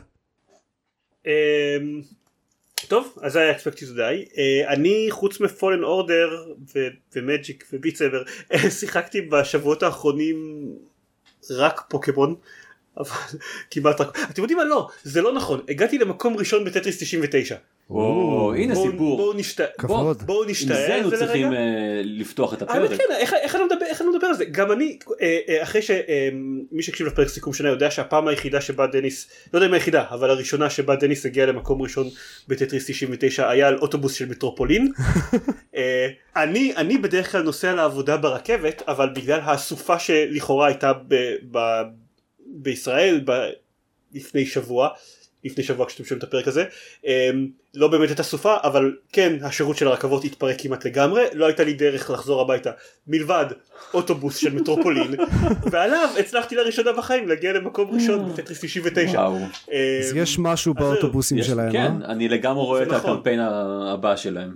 טוב, אז זה היה expect you to die. אני חוץ מפולן אורדר ומג'יק וביט סייבר שיחקתי בשבועות האחרונים רק פוקמון. אבל כמעט רק, אתם יודעים מה? לא, זה לא נכון, הגעתי למקום ראשון בטטריס 99. הנה סיפור. בואו נשתער עם זה צריכים לפתוח את הפרק. כן, איך אני מדבר על זה? גם אני, אחרי שמי שהקשיב לפרק סיכום שנה יודע שהפעם היחידה שבה דניס, לא יודע אם היחידה, אבל הראשונה שבה דניס הגיע למקום ראשון בטטריס 99 היה על אוטובוס של מטרופולין. אני בדרך כלל נוסע לעבודה ברכבת, אבל בגלל הסופה שלכאורה הייתה בישראל לפני שבוע כשאתם שומעים את הפרק הזה, לא באמת הייתה סופה, אבל כן השירות של הרכבות התפרק כמעט לגמרי, לא הייתה לי דרך לחזור הביתה מלבד אוטובוס של מטרופולין, ועליו הצלחתי לראשונה בחיים להגיע למקום ראשון בטטריס 99. אז יש משהו באוטובוסים שלהם. כן, אני לגמרי רואה את הקמפיין הבא שלהם.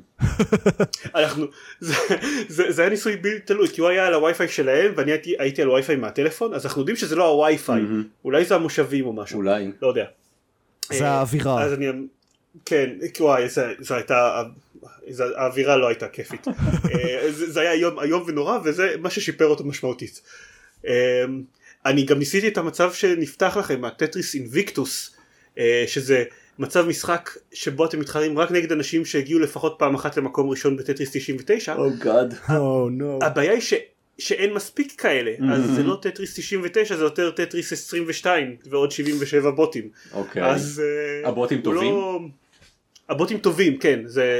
זה היה ניסוי בלתי תלוי, כי הוא היה על הווי-פיי שלהם ואני הייתי על הווי-פיי מהטלפון, אז אנחנו יודעים שזה לא הווי-פיי, אולי זה המושבים או משהו, לא יודע. זה האווירה. כן, וואי, האווירה לא הייתה כיפית. זה היה איום ונורא, וזה מה ששיפר אותו משמעותית. אני גם ניסיתי את המצב שנפתח לכם, הטטריס אינביקטוס, שזה מצב משחק שבו אתם מתחרים רק נגד אנשים שהגיעו לפחות פעם אחת למקום ראשון בטטריס 99. הבעיה היא שאין מספיק כאלה, אז זה לא טטריס 99, זה יותר טטריס 22 ועוד 77 בוטים. אז הבוטים טובים? הבוטים טובים, כן.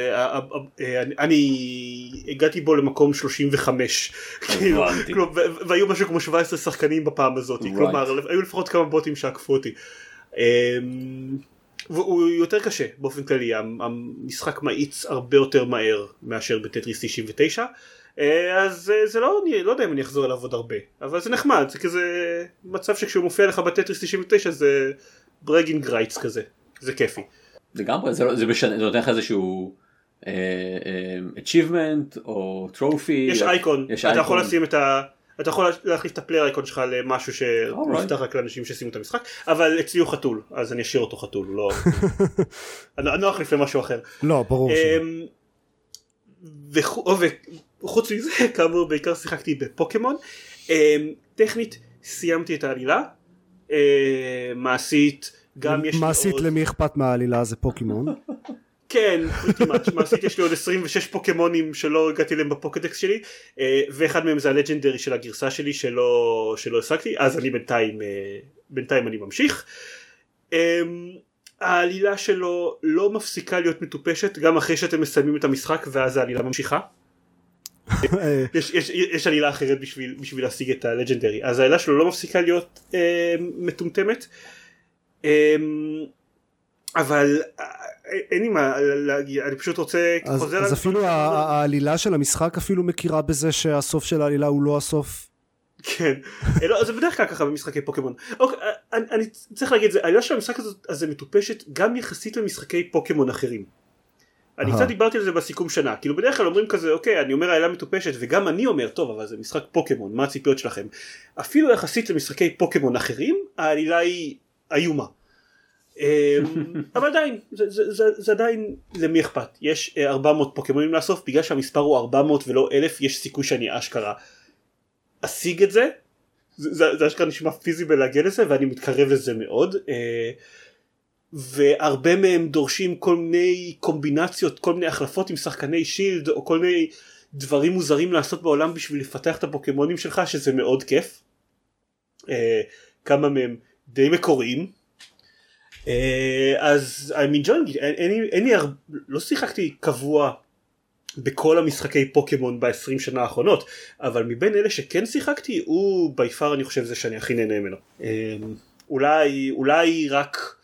אני הגעתי בו למקום 35, והיו משהו כמו 17 שחקנים בפעם הזאת, כלומר היו לפחות כמה בוטים שעקפו אותי. והוא יותר קשה באופן כללי, המשחק מאיץ הרבה יותר מהר מאשר בטטריס 99, אז זה לא יודע אם אני אחזור אליו עוד הרבה, אבל זה נחמד, זה כזה מצב שכשהוא מופיע לך בטטריס 99 זה ברגינג רייטס כזה, זה כיפי. לגמרי, זה נותן לך איזשהו achievement או טרופי. יש אייקון, אתה יכול לשים אתה יכול להחליף את הפלייר אייקון שלך למשהו שמפתח רק לאנשים ששימו את המשחק, אבל אצלי הוא חתול, אז אני אשאיר אותו חתול, אני לא אחליף למשהו אחר. לא, ברור. וחוץ מזה, כאמור, בעיקר שיחקתי בפוקמון. טכנית סיימתי את העלילה, מעשית גם יש לי עוד... מעשית למי אכפת מהעלילה, זה פוקימון. כן, מעשית יש לי עוד 26 פוקמונים שלא הגעתי להם בפוקדקס שלי, ואחד מהם זה הלג'נדרי של הגרסה שלי שלא השגתי, אז אני בינתיים אני ממשיך. העלילה שלו לא מפסיקה להיות מטופשת גם אחרי שאתם מסיימים את המשחק, ואז העלילה ממשיכה. יש עלילה אחרת בשביל להשיג את הלג'נדרי, אז העלילה שלו לא מפסיקה להיות מטומטמת, אבל אין לי מה להגיד, אני פשוט רוצה אז אפילו העלילה של המשחק אפילו מכירה בזה שהסוף של העלילה הוא לא הסוף. כן, זה בדרך כלל ככה במשחקי פוקימון. אני צריך להגיד, העלילה של המשחק הזה מטופשת גם יחסית למשחקי פוקימון אחרים. אני קצת דיברתי על זה בסיכום שנה, כאילו בדרך כלל אומרים כזה, אוקיי, אני אומר העלילה מטופשת, וגם אני אומר, טוב, אבל זה משחק פוקימון, מה הציפיות שלכם? אפילו יחסית למשחקי פוקימון אחרים, העלילה היא איומה. אבל עדיין, זה עדיין למי אכפת. יש 400 פוקימונים לאסוף, בגלל שהמספר הוא 400 ולא 1000, יש סיכוי שאני אשכרה אשיג את זה. זה אשכרה נשמע פיזיבל להגיע לזה, ואני מתקרב לזה מאוד. והרבה מהם דורשים כל מיני קומבינציות, כל מיני החלפות עם שחקני שילד, או כל מיני דברים מוזרים לעשות בעולם בשביל לפתח את הפוקימונים שלך, שזה מאוד כיף. כמה מהם די מקוריים. אז I'm enjoying it. לא שיחקתי קבוע בכל המשחקי פוקימון ב-20 שנה האחרונות, אבל מבין אלה שכן שיחקתי, הוא ביפר אני חושב זה שאני הכי נהנה ממנו. אולי רק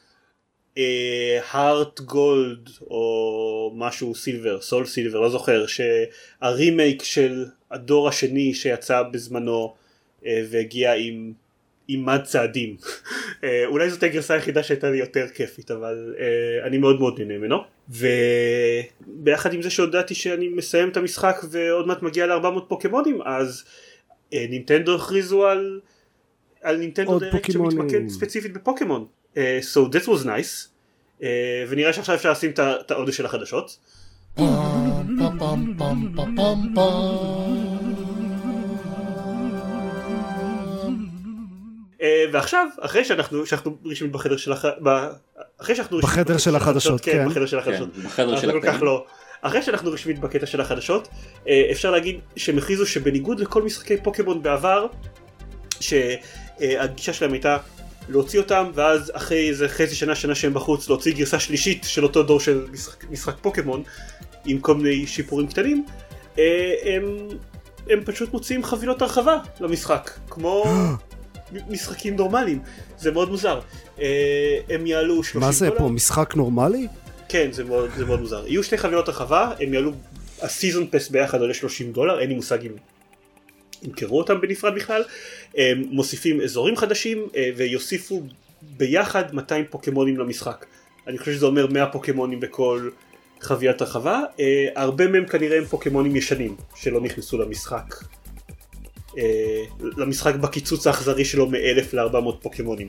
הארט גולד או משהו סילבר, סול סילבר, לא זוכר, שהרימייק של הדור השני שיצא בזמנו והגיע עם מד צעדים. אולי זאת הגרסה היחידה שהייתה לי יותר כיפית, אבל אני מאוד מאוד נהנה ממנו. וביחד עם זה שהודעתי שאני מסיים את המשחק ועוד מעט מגיע ל-400 פוקימונים, אז נינטנדו הכריזו על נינטנדו דיירקט שמתמקד ספציפית בפוקימון. So that was nice. ונראה שעכשיו אפשר לשים את האודיו של החדשות. ועכשיו, אחרי שאנחנו רשמית בחדר של החדשות, כן, בחדר של החדשות, אחרי שאנחנו רשמית בקטע של החדשות, אפשר להגיד שהם הכריזו שבניגוד לכל משחקי פוקימון בעבר, שהגישה שלהם הייתה להוציא אותם, ואז אחרי איזה חצי שנה שהם בחוץ, להוציא גרסה שלישית של אותו דור של משחק פוקימון, עם כל מיני שיפורים קטנים, הם פשוט מוציאים חבילות הרחבה למשחק, כמו משחקים נורמליים. זה מאוד מוזר. הם יעלו $30. מה זה פה, משחק נורמלי? כן, זה מאוד מוזר. יהיו שתי חבילות הרחבה, הם יעלו, הסיזון פס ביחד עולה $30, אין לי מושג אם ימכרו אותם בנפרד בכלל. מוסיפים אזורים חדשים ויוסיפו ביחד 200 פוקימונים למשחק. אני חושב שזה אומר 100 פוקימונים בכל חביית הרחבה. הרבה מהם כנראה הם פוקימונים ישנים שלא נכנסו למשחק בקיצוץ האכזרי שלו מ-1000 ל-400 פוקימונים.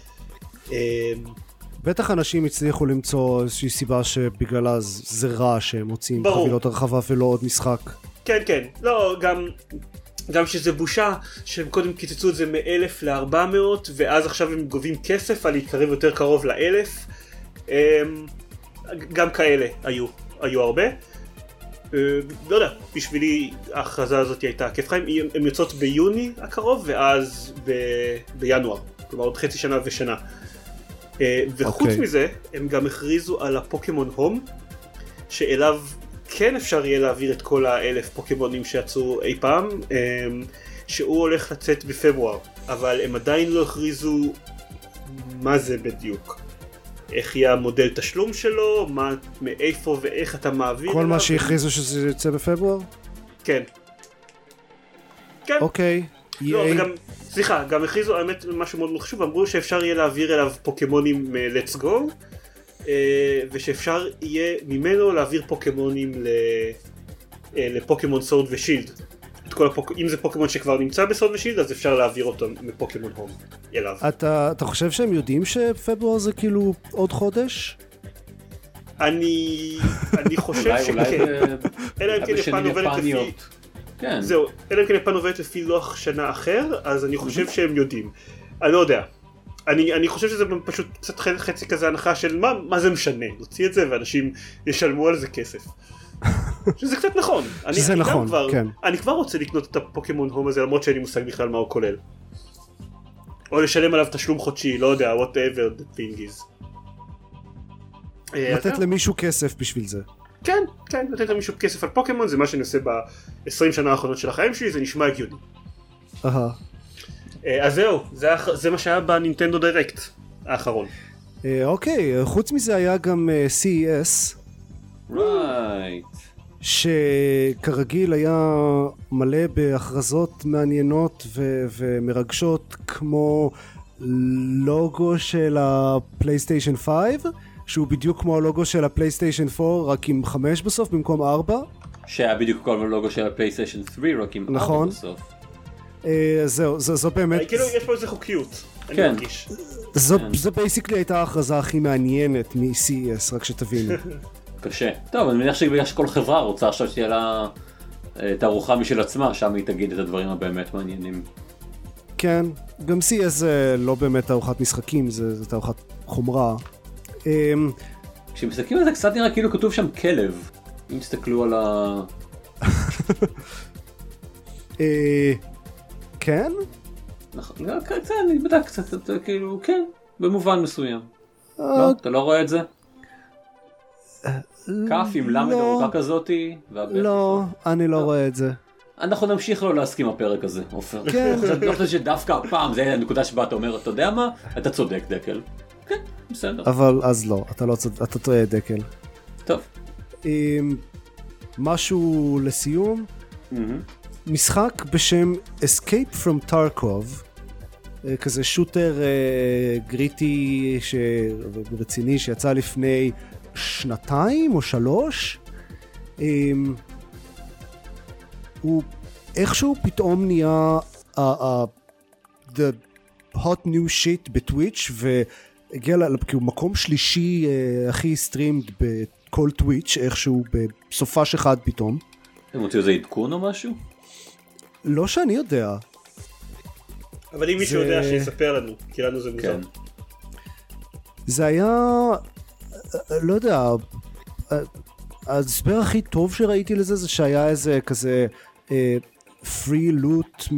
בטח אנשים הצליחו למצוא איזושהי סיבה שבגללה זה רע שהם מוצאים חבילות הרחבה ולא עוד משחק. כן, כן. לא, גם שזה בושה שהם קודם קיצצו את זה מ-1000 ל-400 ואז עכשיו הם גובים כסף על להתקרב יותר קרוב ל-1000. גם כאלה היו הרבה. לא יודע, בשבילי ההכרזה הזאת הייתה כיף חיים. הן יוצאות ביוני הקרוב ואז בינואר, כלומר עוד חצי שנה ושנה. וחוץ מזה הם גם הכריזו על הפוקימון הום, שאליו כן אפשר יהיה להעביר את כל 1,000 פוקימונים שיצאו אי פעם, שהוא הולך לצאת בפברואר, אבל הם עדיין לא הכריזו מה זה בדיוק, איך יהיה המודל תשלום שלו, מאיפה ואיך אתה מעביר. כל מה שהכריזו שזה יוצא בפברואר? כן. כן. אוקיי. לא, וגם, סליחה, גם הכריזו, האמת, משהו מאוד חשוב, אמרו שאפשר יהיה להעביר אליו פוקימונים מ-Let's Go, ושאפשר יהיה ממנו להעביר פוקימונים לפוקימון סורד ושילד. אם זה פוקימון שכבר נמצא בסורד ושילד, אז אפשר להעביר אותו מפוקימון הום אליו. אתה חושב שהם יודעים שפברואר זה כאילו עוד חודש? אני חושב שכן. אלא אם כן יפן עובדת לפי... זהו, אלא אם כן יפן עובדת לפי לוח שנה אחר, אז אני חושב שהם יודעים. אני לא יודע. אני חושב שזה פשוט קצת חצי כזה הנחה של מה זה משנה, נוציא את זה ואנשים ישלמו על זה כסף. שזה קצת נכון. שזה נכון, כן. אני כבר רוצה לקנות את הפוקימון הום הזה למרות שאין לי מושג בכלל מה הוא כולל. או לשלם עליו תשלום חודשי, לא יודע, whatever the thing is. לתת למישהו כסף בשביל זה. כן, לתת למישהו כסף על פוקימון, זה מה שאני עושה ב-20 שנה האחרונות של החיים שלי, זה נשמע הגיוני. אז זהו, זה מה שהיה בנינטנדו דיירקט האחרון. אוקיי, חוץ מזה היה גם CES. Right. שכרגיל היה מלא בהכרזות מעניינות ומרגשות, כמו לוגו של הפלייסטיישן 5, שהוא בדיוק כמו הלוגו של הפלייסטיישן 4 רק עם 5 בסוף במקום 4. שהיה בדיוק כמו הלוגו של הפלייסטיישן 3 רק עם 4 בסוף. זו באמת... כאילו יש פה איזה חוקיות. כן. זו בייסיקלי הייתה ההכרזה הכי מעניינת מ-CES, רק שתבינו. קשה. טוב, אני מניח שבגלל שכל חברה רוצה עכשיו שתהיה לה תערוכה משל עצמה, שם היא תגיד את הדברים הבאמת מעניינים. כן, גם CES זה לא באמת תערוכת משחקים, זה תערוכת חומרה. כשמסתכלים על זה קצת נראה כאילו כתוב שם כלב, אם תסתכלו על כן? קצת, אני בדק קצת, כאילו, כן, במובן מסוים. לא? אתה לא רואה את זה? כף עם למד ארוכה כזאתי? לא, אני לא רואה את זה. אנחנו נמשיך לא להסכים הפרק הזה, עופר. כן. אני לא חושב שדווקא הפעם, זה הנקודה שבה אתה אומר, אתה יודע מה? אתה צודק, דקל. כן, בסדר. אבל אז לא, אתה טועה, דקל. טוב. משהו לסיום. משחק בשם Escape from Tarkov, כזה שוטר גריטי רציני שיצא לפני 2 או 3. הוא איכשהו פתאום נהיה the hot new shit בטוויץ' והגיע למקום שלישי הכי סטרימד בכל טוויץ' איכשהו בסופש אחד פתאום. הם רוצים איזה עדכון או משהו? לא שאני יודע. אבל אם מישהו יודע שיספר לנו, כי לנו זה מוזר. זה היה, לא יודע, ההסבר הכי טוב שראיתי לזה זה שהיה איזה כזה free loot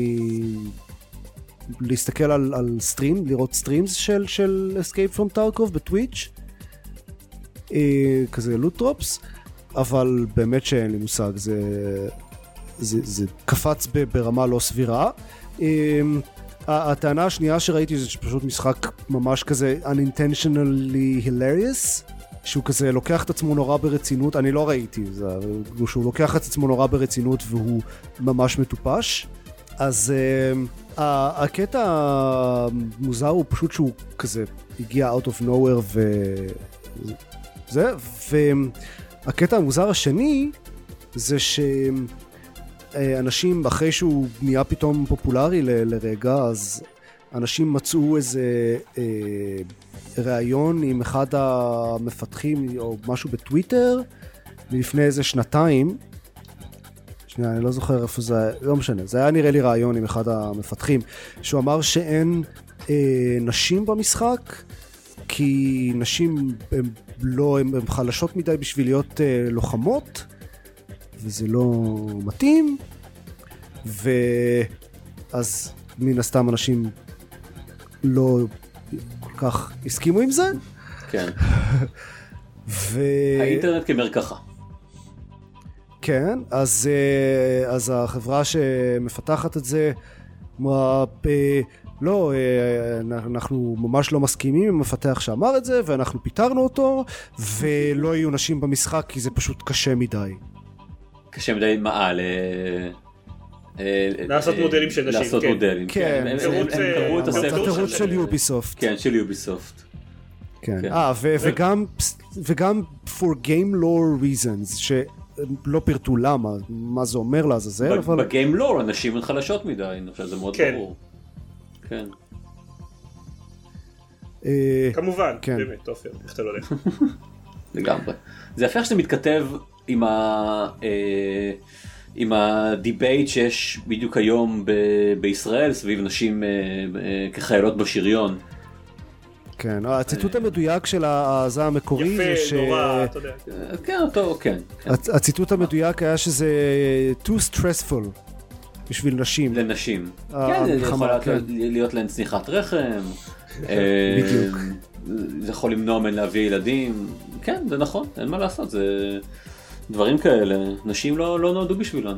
להסתכל על סטרים, לראות סטרימס של Escape from Tarkov בטוויץ', כזה loot drops, אבל באמת שאין לי מושג, זה קפץ ברמה לא סבירה. הטענה השנייה שראיתי זה שפשוט משחק ממש כזה unintentionally hilarious, שהוא כזה לוקח את עצמו נורא ברצינות, אני לא ראיתי, שהוא לוקח את עצמו נורא ברצינות והוא ממש מטופש. אז הקטע המוזר הוא פשוט שהוא כזה הגיע out of nowhere וזה, והקטע המוזר השני זה שאנשים אחרי שהוא נהיה פתאום פופולרי לרגע, אז אנשים מצאו איזה ראיון עם אחד המפתחים או משהו בטוויטר מלפני איזה 2 שנייה, אני לא זוכר איפה זה, לא משנה, זה היה נראה לי ראיון עם אחד המפתחים שהוא אמר שאין נשים במשחק כי נשים הן חלשות מדי בשביל להיות לוחמות וזה לא מתאים, ואז מן הסתם אנשים לא כל כך הסכימו עם זה. כן. האינטרנט כמרקחה. כן, אז החברה שמפתחת את זה אמרה, לא, אנחנו ממש לא מסכימים עם המפתח שאמר את זה, ואנחנו פיתרנו אותו, ולא יהיו נשים במשחק כי זה פשוט קשה מדי. קשה מדי מה? לעשות מודלים של נשים. לעשות מודלים, כן. הם קראו את הספר. התירוץ של יוביסופט. כן, של יוביסופט. כן. וגם for game lore reasons, שלא פירטו למה, מה זה אומר לעזאזל, אבל... בגיים לור הנשים הן חלשות מדי, אני חושב שזה מאוד ברור. כן. כמובן, באמת, אופיר, איך אתה לא הולך. לגמרי. זה יפה שאתה מתכתב עם הדיבייט שיש בדיוק היום בישראל סביב נשים כחיילות בשריון. כן, הציטוט המדויק של זה המקורי זה ש... יפה, נורא, אתה יודע. כן, אותו, כן. הציטוט המדויק היה שזה too stressful בשביל נשים. לנשים. כן, זה יכול להיות להן צניחת רחם. בדיוק. זה יכול למנוע מן להביא ילדים, כן זה נכון, אין מה לעשות, זה דברים כאלה, נשים לא נועדו בשבילן.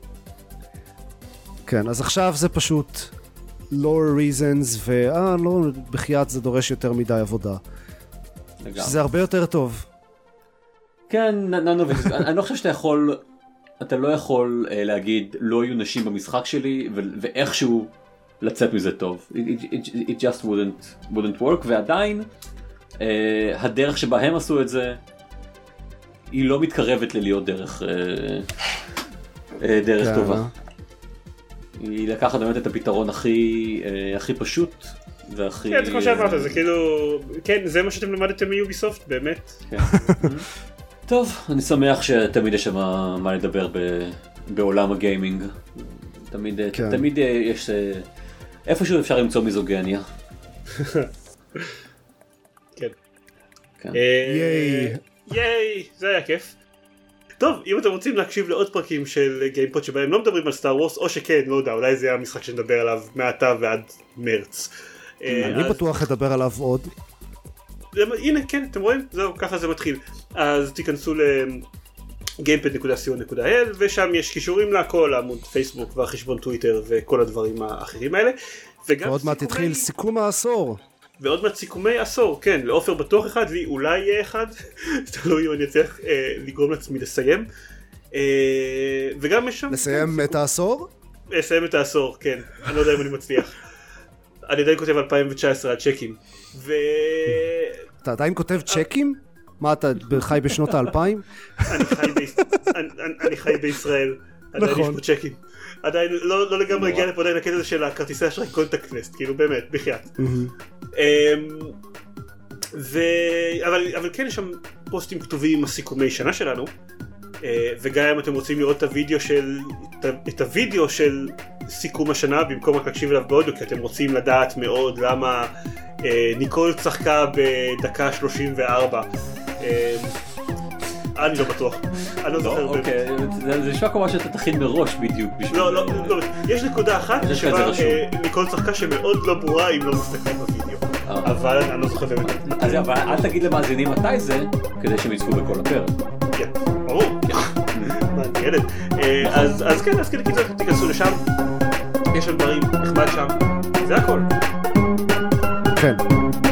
כן, אז עכשיו זה פשוט lore reasons, לא, בחייאת זה דורש יותר מדי עבודה. לגמרי. שזה הרבה יותר טוב. כן, אני לא חושב אתה לא יכול להגיד לא יהיו נשים במשחק שלי ואיכשהו לצאת מזה טוב. It just wouldn't work, ועדיין הדרך שבה הם עשו את זה היא לא מתקרבת ללהיות דרך טובה. היא לקחת באמת את הפתרון הכי פשוט והכי... כן, זה כמו שאמרת, זה כאילו... כן, זה מה שאתם למדתם מיוביסופט, באמת. כן. טוב, אני שמח שתמיד יש שם מה לדבר בעולם הגיימינג. תמיד יש... איפשהו אפשר למצוא מיזוגניה. כן. ייי. זה היה כיף. טוב, אם אתם רוצים להקשיב לעוד פרקים של גיימפוד שבהם לא מדברים על סטאר וורס, או שכן, לא יודע, אולי זה היה המשחק שנדבר עליו מעתה ועד מרץ. אני בטוח לדבר עליו עוד. הנה, כן, אתם רואים? זהו, ככה זה מתחיל. אז תיכנסו ל-gamepad.co.il ושם יש קישורים להכל, לעמוד פייסבוק והחשבון טוויטר וכל הדברים האחרים האלה. ועוד מעט תתחיל סיכום העשור. ועוד מעט סיכומי עשור, כן, לאופר בטוח אחד, לי אולי יהיה אחד, תלוי אם אני אצליח לגרום לעצמי לסיים. וגם יש שם... לסיים את העשור? לסיים את העשור, כן, אני לא יודע אם אני מצליח. אני עדיין כותב 2019 על צ'קים. אתה עדיין כותב צ'קים? מה, אתה חי בשנות ה-2000? אני חי בישראל, עדיין יש פה צ'קים. עדיין לא לגמרי הגיע לפה עדיין הקטע הזה של הכרטיסי אשראי קונטקט נסט, כאילו באמת, בחייאת. אבל כן יש שם פוסטים כתובים עם הסיכומי שנה שלנו, וגם אם אתם רוצים לראות את הוידאו של סיכום השנה במקום רק להקשיב אליו באודיו, כי אתם רוצים לדעת מאוד למה ניקול צחקה בדקה 34. אני לא בטוח, אני לא זוכר. אוקיי, זה נשמע כמו שאתה תכין מראש בדיוק. לא, יש נקודה אחת שבה ניקול צחקה שמאוד לא ברורה אם לא מסתכלים בווידאו, אבל אני לא זוכר באמת. אבל אל תגיד למאזינים מתי זה, כדי שהם יצפו בכל הפרק. כן, ברור. מעניינת. אז כן, אז כדי תיכנסו לשם, יש שם דברים נחמד שם, זה הכל. כן.